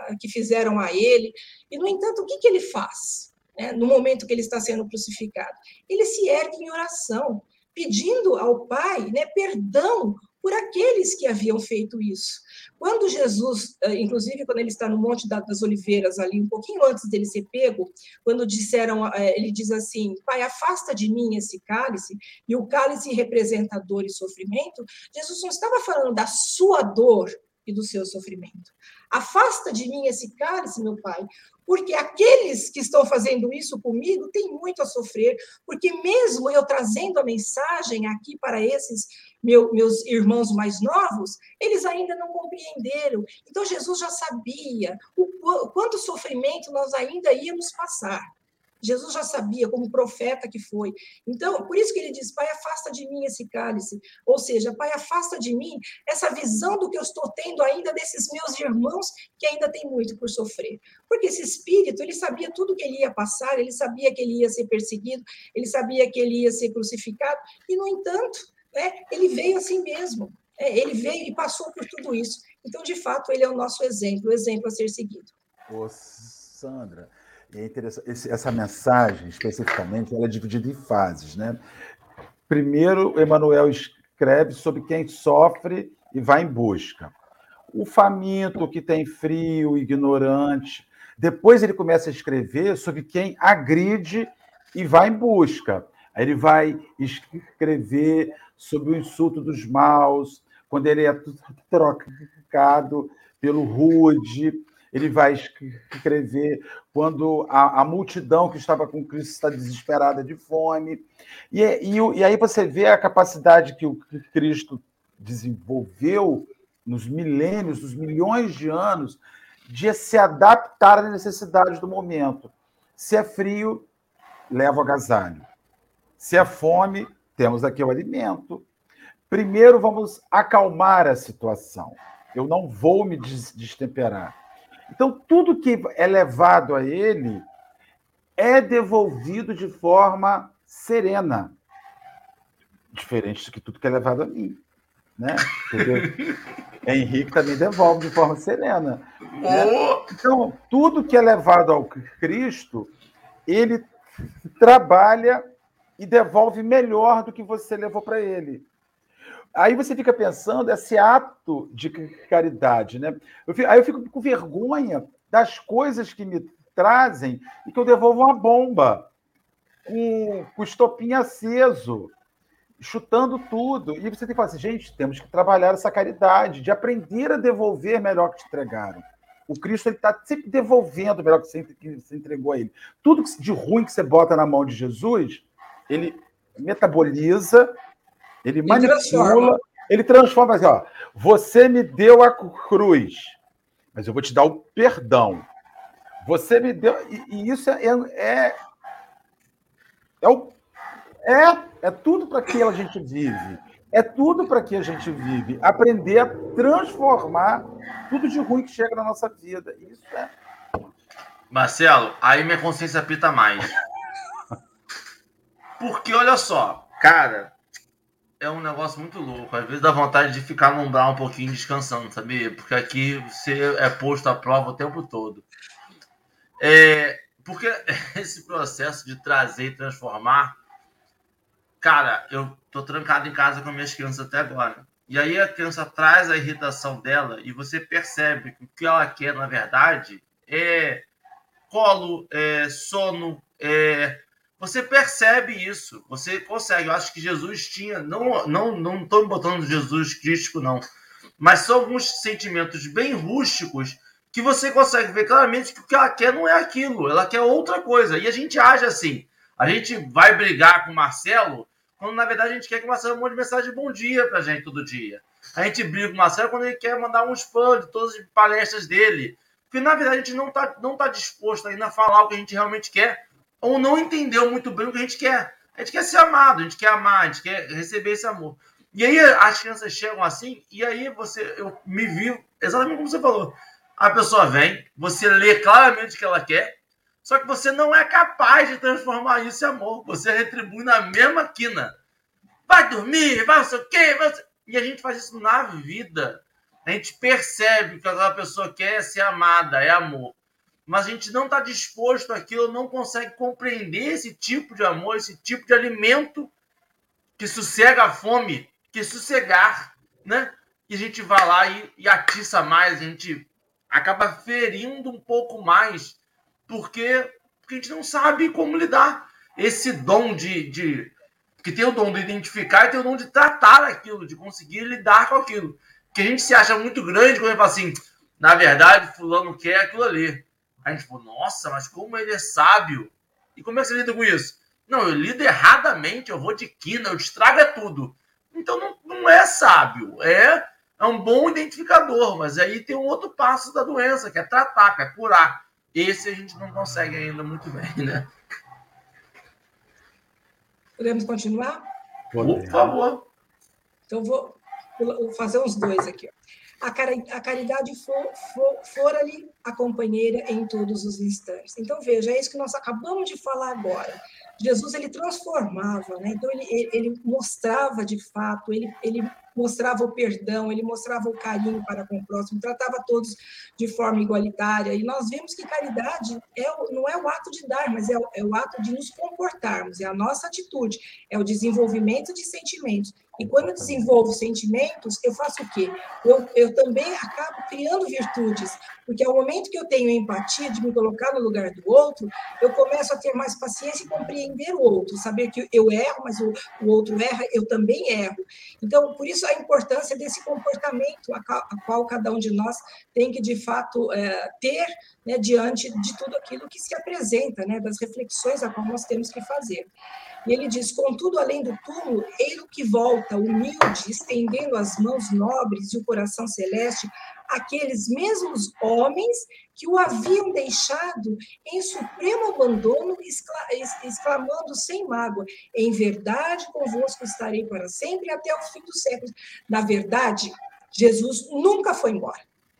a ele. E, no entanto, o que ele faz, né? No momento que ele está sendo crucificado? Ele se ergue em oração, pedindo ao Pai, né, perdão por aqueles que haviam feito isso. Quando Jesus, inclusive quando ele está no Monte das Oliveiras, ali um pouquinho antes dele ser pego, quando disseram, ele diz assim, Pai, afasta de mim esse cálice, e o cálice representa dor e sofrimento, Jesus não estava falando da sua dor e do seu sofrimento. Afasta de mim esse cálice, meu Pai, porque aqueles que estão fazendo isso comigo têm muito a sofrer, porque mesmo eu trazendo a mensagem aqui para esses meus irmãos mais novos, eles ainda não compreenderam. Então, Jesus já sabia o quanto sofrimento nós ainda íamos passar. Jesus já sabia, como profeta que foi. Então, por isso que ele diz, Pai, afasta de mim esse cálice. Ou seja, Pai, afasta de mim essa visão do que eu estou tendo ainda desses meus irmãos que ainda têm muito por sofrer. Porque esse espírito, ele sabia tudo que ele ia passar, ele sabia que ele ia ser perseguido, ele sabia que ele ia ser crucificado, e, no entanto, né, ele veio assim mesmo. Ele veio e passou por tudo isso. Então, de fato, ele é o nosso exemplo, o exemplo a ser seguido. Ô, Sandra, é interessante, essa mensagem, especificamente, ela é dividida em fases, né? Primeiro, Emmanuel escreve sobre quem sofre e vai em busca. O faminto, que tem frio, ignorante. Depois ele começa a escrever sobre quem agride e vai em busca. Aí ele vai escrever sobre o insulto dos maus, quando ele é trocado pelo rude. Ele vai escrever quando a multidão que estava com Cristo está desesperada de fome. E aí você vê a capacidade que o Cristo desenvolveu nos milênios, nos milhões de anos, de se adaptar às necessidades do momento. Se é frio, leva o agasalho. Se é fome, temos aqui o alimento. Primeiro, vamos acalmar a situação. Eu não vou me destemperar. Então, tudo que é levado a ele é devolvido de forma serena. Diferente do que tudo que é levado a mim. Né? Entendeu? Henrique também devolve de forma serena. Né? Então, tudo que é levado ao Cristo, ele trabalha e devolve melhor do que você levou para ele. Aí você fica pensando esse ato de caridade, né? Aí eu fico com vergonha das coisas que me trazem e que eu devolvo uma bomba com o estopim aceso, chutando tudo. E você tem que falar assim, gente, temos que trabalhar essa caridade, de aprender a devolver melhor que te entregaram. O Cristo está sempre devolvendo melhor que você entregou a ele. Tudo de ruim que você bota na mão de Jesus, ele metaboliza, ele manipula, ele transforma assim, ó, você me deu a cruz, mas eu vou te dar o perdão. Você me deu... E isso é tudo para que a gente vive. É tudo para que a gente vive. Aprender a transformar tudo de ruim que chega na nossa vida. Isso é. Marcelo, aí minha consciência apita mais. Porque, olha só, cara, é um negócio muito louco. Às vezes dá vontade de ficar no umbral um pouquinho descansando, sabia? Porque aqui você é posto à prova o tempo todo. Porque esse processo de trazer e transformar, cara, eu tô trancado em casa com minhas crianças até agora. E aí a criança traz a irritação dela e você percebe que o que ela quer, na verdade, é colo, sono, você percebe isso, você consegue. Eu acho que Jesus tinha, não estou me botando Jesus crítico, não, mas são alguns sentimentos bem rústicos que você consegue ver claramente que o que ela quer não é aquilo, ela quer outra coisa. E a gente age assim, a gente vai brigar com o Marcelo quando na verdade a gente quer que o Marcelo mande mensagem de bom dia pra gente todo dia. A gente briga com o Marcelo quando ele quer mandar um spam de todas as palestras dele. Porque, na verdade, a gente não tá disposto ainda a falar o que a gente realmente quer, ou não entendeu muito bem o que a gente quer. A gente quer ser amado, a gente quer amar, a gente quer receber esse amor. E aí as crianças chegam assim, e aí eu me vi exatamente como você falou. A pessoa vem, você lê claramente o que ela quer, só que você não é capaz de transformar isso em amor. Você retribui na mesma quina. Vai dormir, vai não sei o quê. E a gente faz isso na vida. A gente percebe que aquela pessoa quer ser amada, é amor. Mas a gente não está disposto àquilo, não consegue compreender esse tipo de amor, esse tipo de alimento que sossega a fome, que sossegar, né? E a gente vai lá e atiça mais, a gente acaba ferindo um pouco mais, porque a gente não sabe como lidar. Esse dom que tem o dom de identificar e tem o dom de tratar aquilo, de conseguir lidar com aquilo. Que a gente se acha muito grande quando ele fala assim, na verdade, fulano quer aquilo ali. Aí a gente fala, nossa, mas como ele é sábio. E como é que você lida com isso? Não, eu lido erradamente, eu vou de quina, eu estrago tudo. Então não é sábio, é um bom identificador, mas aí tem um outro passo da doença, que é tratar, que é curar. Esse a gente não consegue ainda muito bem, né? Podemos continuar? Por favor. Então, vou fazer uns dois aqui. A caridade fora-lhe a companheira em todos os instantes. Então, veja, é isso que nós acabamos de falar agora. Jesus, ele transformava, né? Então, ele mostrava de fato, ele mostrava o perdão, ele mostrava o carinho para com o próximo, tratava todos de forma igualitária. E nós vemos que caridade não é o ato de dar, mas é o ato de nos comportarmos, é a nossa atitude, é o desenvolvimento de sentimentos. E quando eu desenvolvo sentimentos, eu faço o quê? Eu também acabo criando virtudes, porque ao momento que eu tenho empatia de me colocar no lugar do outro, eu começo a ter mais paciência e compreender o outro, saber que eu erro, mas o outro erra, eu também erro. Então, por isso a importância desse comportamento a qual cada um de nós tem que, de fato, ter, né, diante de tudo aquilo que se apresenta, né, das reflexões a qual nós temos que fazer. E ele diz, contudo, além do túmulo, ele que volta, humilde, estendendo as mãos nobres e o coração celeste, aqueles mesmos homens que o haviam deixado em supremo abandono, exclamando sem mágoa, em verdade convosco estarei para sempre até o fim dos séculos. Na verdade, Jesus nunca foi embora.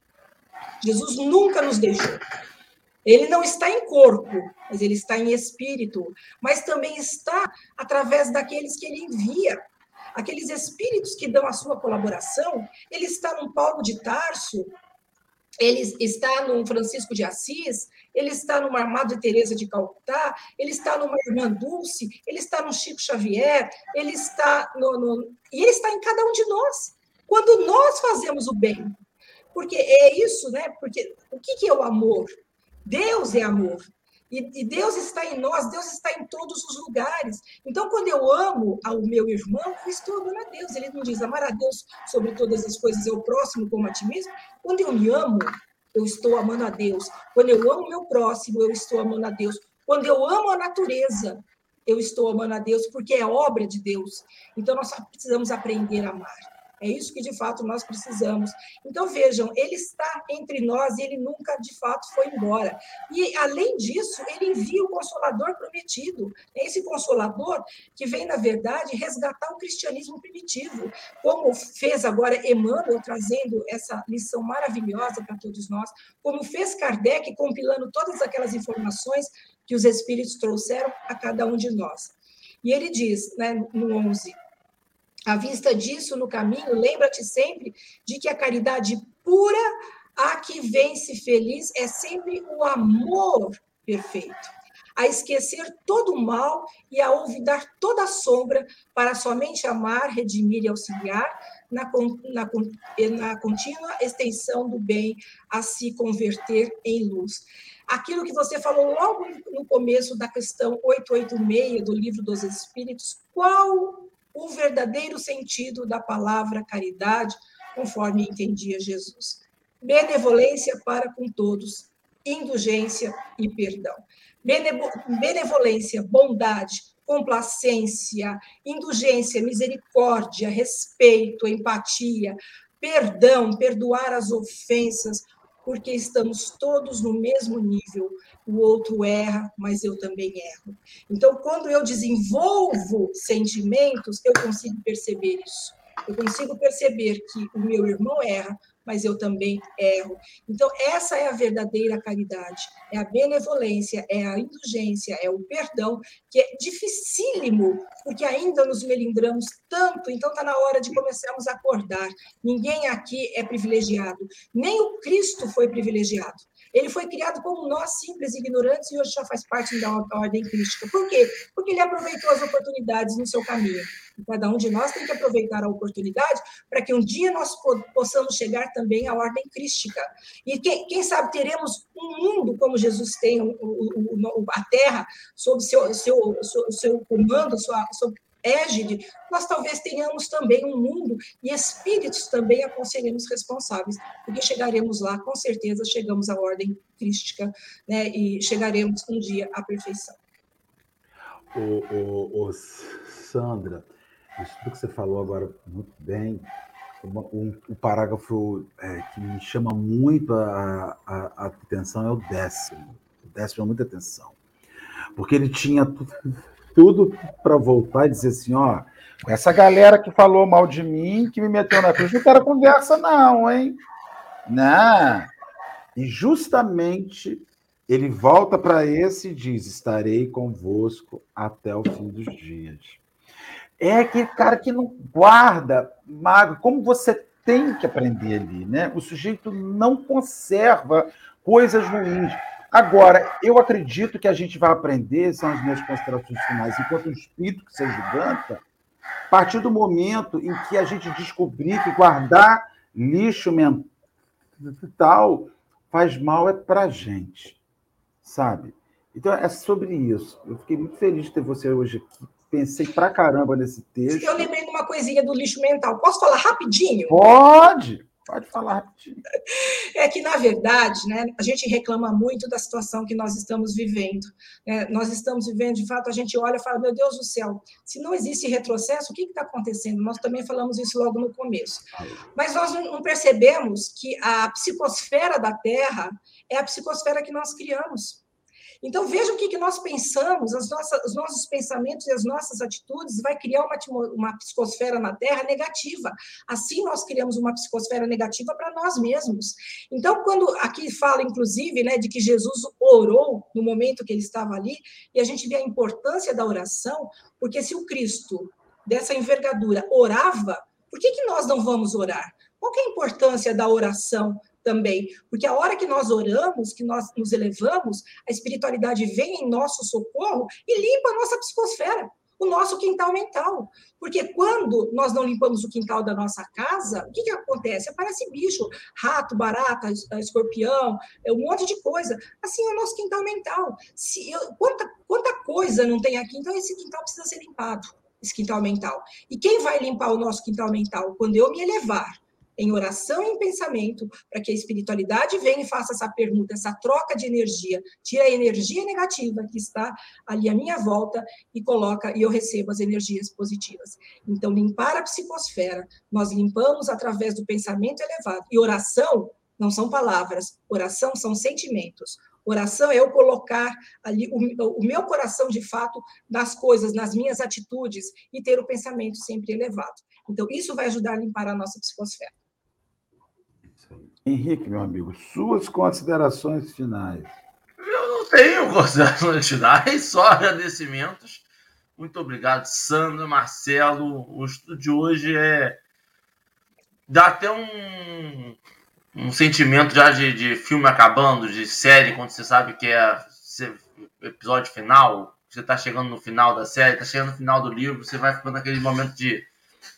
Jesus nunca nos deixou. Ele não está em corpo, mas ele está em espírito, mas também está através daqueles que ele envia. Aqueles espíritos que dão a sua colaboração, ele está no Paulo de Tarso, ele está no Francisco de Assis, ele está numa Madre Teresa de Calcutá, ele está numa Irmã Dulce, ele está no Chico Xavier, ele está e ele está em cada um de nós. Quando nós fazemos o bem, porque é isso, né? Porque o que é o amor? Deus é amor. E Deus está em nós, Deus está em todos os lugares. Então, quando eu amo ao meu irmão, eu estou amando a Deus. Ele não diz amar a Deus sobre todas as coisas, é o próximo como a ti mesmo. Quando eu me amo, eu estou amando a Deus. Quando eu amo o meu próximo, eu estou amando a Deus. Quando eu amo a natureza, eu estou amando a Deus, porque é obra de Deus. Então, nós precisamos aprender a amar. É isso que, de fato, nós precisamos. Então, vejam, ele está entre nós e ele nunca, de fato, foi embora. E, além disso, ele envia o Consolador prometido. Esse Consolador que vem, na verdade, resgatar o cristianismo primitivo, como fez agora Emmanuel, trazendo essa lição maravilhosa para todos nós, como fez Kardec, compilando todas aquelas informações que os Espíritos trouxeram a cada um de nós. E ele diz, né, no 11... À vista disso, no caminho, lembra-te sempre de que a caridade pura, a que vence feliz, é sempre o amor perfeito. A esquecer todo o mal e a olvidar toda a sombra para somente amar, redimir e auxiliar na contínua extensão do bem a se converter em luz. Aquilo que você falou logo no começo da questão 886 do Livro dos Espíritos, qual o verdadeiro sentido da palavra caridade, conforme entendia Jesus? Benevolência para com todos, indulgência e perdão. Benevolência, bondade, complacência, indulgência, misericórdia, respeito, empatia, perdão, perdoar as ofensas, porque estamos todos no mesmo nível. O outro erra, mas eu também erro. Então, quando eu desenvolvo sentimentos, eu consigo perceber isso. Eu consigo perceber que o meu irmão erra, mas eu também erro. Então, essa é a verdadeira caridade. É a benevolência, é a indulgência, é o perdão, que é dificílimo, porque ainda nos melindramos tanto, então está na hora de começarmos a acordar. Ninguém aqui é privilegiado, nem o Cristo foi privilegiado. Ele foi criado como nós, simples e ignorantes, e hoje já faz parte da ordem crística. Por quê? Porque ele aproveitou as oportunidades no seu caminho. E cada um de nós tem que aproveitar a oportunidade para que um dia nós possamos chegar também à ordem crística. E quem sabe teremos um mundo como Jesus tem, a Terra, sob seu comando, sua égide, nós talvez tenhamos também um mundo e espíritos também a consideremos responsáveis, porque chegaremos lá, com certeza chegamos à ordem crística, né, e chegaremos um dia à perfeição. Sandra, isso tudo que você falou agora muito bem, o parágrafo que me chama muito a atenção é o 10º. O 10º é muita atenção, porque ele tinha tudo para voltar e dizer assim, ó, essa galera que falou mal de mim, que me meteu na cruz, não quero conversa não, hein? Não. E justamente ele volta para esse e diz, estarei convosco até o fim dos dias. É aquele cara que não guarda, mago, como você tem que aprender ali, né? O sujeito não conserva coisas ruins. Agora, eu acredito que a gente vai aprender, são as minhas considerações finais, enquanto um espírito que se agiganta, a partir do momento em que a gente descobrir que guardar lixo mental faz mal para a gente, sabe? Então, é sobre isso. Eu fiquei muito feliz de ter você hoje aqui. Pensei pra caramba nesse texto. Eu lembrei de uma coisinha do lixo mental. Posso falar rapidinho? Pode falar rapidinho. É que, na verdade, né, a gente reclama muito da situação que nós estamos vivendo. Nós estamos vivendo, de fato, a gente olha e fala, meu Deus do céu, se não existe retrocesso, o que está acontecendo? Nós também falamos isso logo no começo. Mas nós não percebemos que a psicosfera da Terra é a psicosfera que nós criamos. Então, veja o que nós pensamos, os nossos pensamentos e as nossas atitudes vai criar uma psicosfera na Terra negativa. Assim, nós criamos uma psicosfera negativa para nós mesmos. Então, quando aqui fala, inclusive, né, de que Jesus orou no momento que ele estava ali, e a gente vê a importância da oração, porque se o Cristo, dessa envergadura, orava, por que nós não vamos orar? Qual que é a importância da oração também? Porque a hora que nós oramos, que nós nos elevamos, a espiritualidade vem em nosso socorro e limpa a nossa psicosfera, o nosso quintal mental. Porque quando nós não limpamos o quintal da nossa casa, o que acontece? Aparece bicho, rato, barata, escorpião, um monte de coisa. Assim é o nosso quintal mental. Quanta coisa não tem aqui? Então, esse quintal precisa ser limpado, esse quintal mental. E quem vai limpar o nosso quintal mental? Quando eu me elevar. em oração e em pensamento, para que a espiritualidade venha e faça essa permuta, essa troca de energia, tira a energia negativa que está ali à minha volta e coloca, e eu recebo as energias positivas. Então, limpar a psicosfera, nós limpamos através do pensamento elevado. E oração não são palavras, oração são sentimentos. Oração é eu colocar ali o meu coração, de fato, nas coisas, nas minhas atitudes, e ter o pensamento sempre elevado. Então, isso vai ajudar a limpar a nossa psicosfera. Henrique, meu amigo, suas considerações finais. Eu não tenho considerações finais, só agradecimentos. Muito obrigado, Sandra, Marcelo. O estudo de hoje dá até um sentimento já de filme acabando, de série, quando você sabe que é episódio final, você está chegando no final da série, está chegando no final do livro, você vai ficando naquele momento de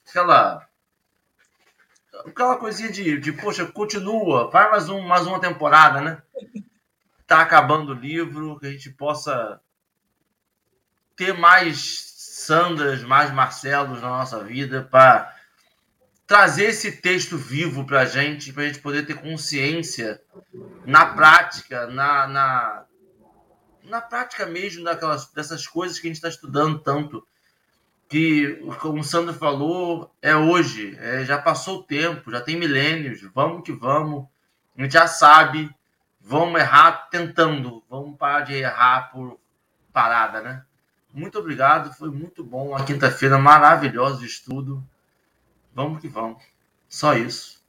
aquela coisinha de poxa, continua, faz mais uma temporada, né? Tá acabando o livro, que a gente possa ter mais Sandras, mais Marcelos na nossa vida, para trazer esse texto vivo para a gente poder ter consciência na prática, na prática mesmo dessas coisas que a gente está estudando tanto, que, como o Sandro falou, é hoje, já passou o tempo, já tem milênios, vamos que vamos, a gente já sabe, vamos errar tentando, vamos parar de errar por parada, né? Muito obrigado, foi muito bom, uma quinta-feira maravilhosa de estudo, vamos que vamos, só isso.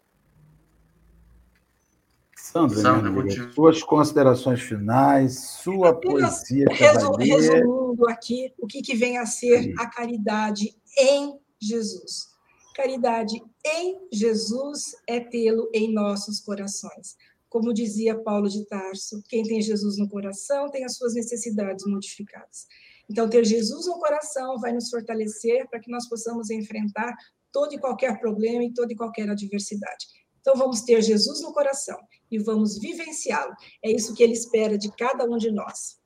Sandra, suas considerações finais, sua poesia. Resumindo aqui, o que vem a ser a caridade em Jesus. Caridade em Jesus é tê-lo em nossos corações. Como dizia Paulo de Tarso, quem tem Jesus no coração tem as suas necessidades modificadas. Então, ter Jesus no coração vai nos fortalecer para que nós possamos enfrentar todo e qualquer problema e toda e qualquer adversidade. Então, vamos ter Jesus no coração e vamos vivenciá-lo. É isso que ele espera de cada um de nós.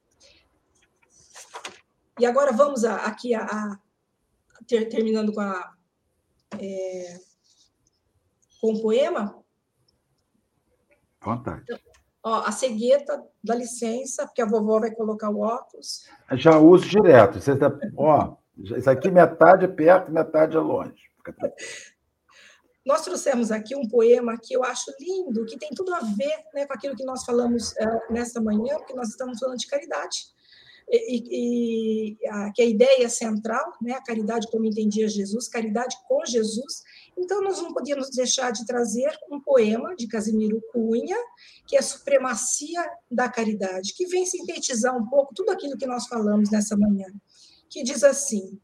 E agora vamos terminando com o poema. Vontade. Então, a cegueta, dá licença, porque a vovó vai colocar o óculos. Já uso direto. Você tá, isso aqui metade é perto, metade é longe. Nós trouxemos aqui um poema que eu acho lindo, que tem tudo a ver, né, com aquilo que nós falamos nesta manhã, porque nós estamos falando de caridade. Que a ideia central, né, a caridade como entendia Jesus, caridade com Jesus. Então, nós não podíamos deixar de trazer um poema de Casimiro Cunha, que é a Supremacia da Caridade, que vem sintetizar um pouco tudo aquilo que nós falamos nessa manhã, que diz assim: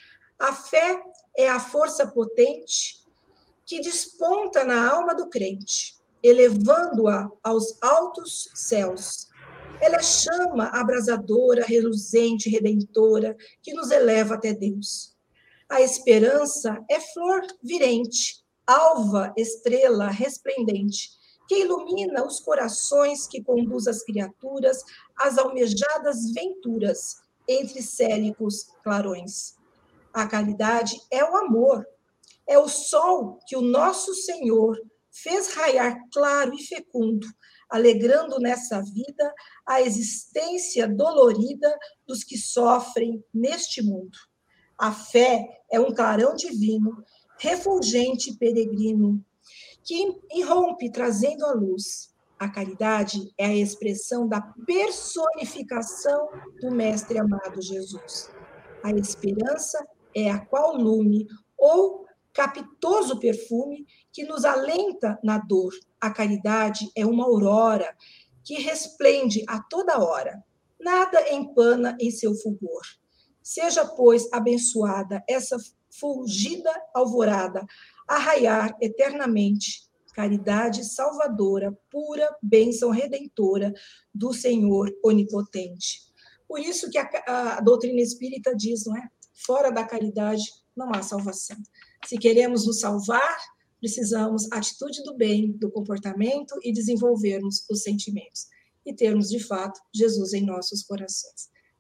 a fé é a força potente que desponta na alma do crente, elevando-a aos altos céus. Ela é chama abrasadora, reluzente, redentora, que nos eleva até Deus. A esperança é flor virente, alva estrela resplendente, que ilumina os corações, que conduz as criaturas às almejadas venturas, entre célicos clarões. A caridade é o amor, é o sol que o nosso Senhor fez raiar claro e fecundo, alegrando nessa vida a existência dolorida dos que sofrem neste mundo. A fé é um clarão divino, refulgente e peregrino, que irrompe trazendo a luz. A caridade é a expressão da personificação do Mestre amado Jesus. A esperança é a qual lume ou capitoso perfume que nos alenta na dor. A caridade é uma aurora que resplende a toda hora. Nada empana em seu fulgor. Seja, pois, abençoada essa fulgida alvorada, a raiar eternamente. Caridade salvadora, pura bênção redentora do Senhor onipotente. Por isso que a doutrina espírita diz, não é? Fora da caridade não há salvação. Se queremos nos salvar, precisamos atitude do bem, do comportamento e desenvolvermos os sentimentos. E termos, de fato, Jesus em nossos corações.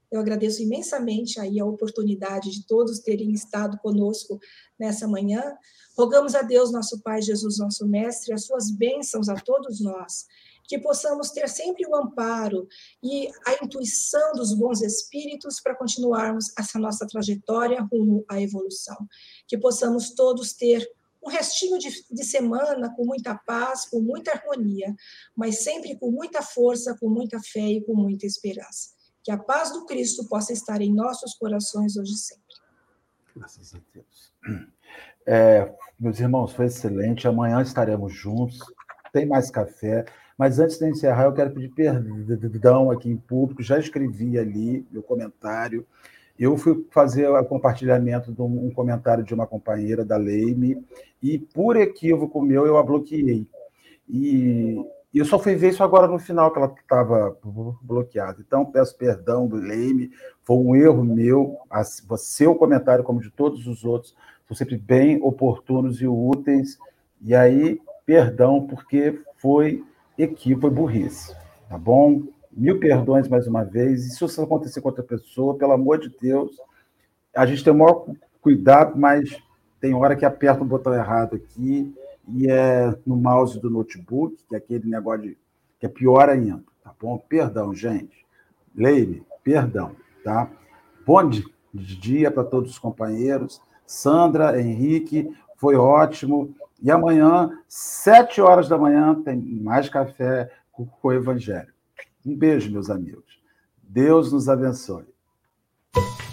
Eu agradeço imensamente aí a oportunidade de todos terem estado conosco nessa manhã. Rogamos a Deus, nosso Pai, Jesus, nosso Mestre, as suas bênçãos a todos nós, que possamos ter sempre o amparo e a intuição dos bons espíritos para continuarmos essa nossa trajetória rumo à evolução. Que possamos todos ter um restinho de semana com muita paz, com muita harmonia, mas sempre com muita força, com muita fé e com muita esperança. Que a paz do Cristo possa estar em nossos corações hoje e sempre. Graças a Deus. Meus irmãos, foi excelente. Amanhã estaremos juntos. Tem mais café. Mas antes de encerrar, eu quero pedir perdão aqui em público. Já escrevi ali meu comentário. Eu fui fazer o compartilhamento de um comentário de uma companheira da Leime e, por equívoco meu, eu a bloqueei. E eu só fui ver isso agora no final, que ela estava bloqueada. Então, peço perdão do Leime, foi um erro meu. Seu comentário, como de todos os outros, são sempre bem oportunos e úteis. E aí, perdão, porque foi equívoco, foi burrice. Tá bom? 1000 perdões mais uma vez. E se isso acontecer com outra pessoa, pelo amor de Deus, a gente tem o maior cuidado, mas tem hora que aperta o botão errado aqui e é no mouse do notebook, que é aquele negócio que é pior ainda, tá bom? Perdão, gente. Leime, perdão, tá? Bom dia para todos os companheiros. Sandra, Henrique, foi ótimo. E amanhã, 7 horas da manhã, tem mais café com o Evangelho. Um beijo, meus amigos. Deus nos abençoe.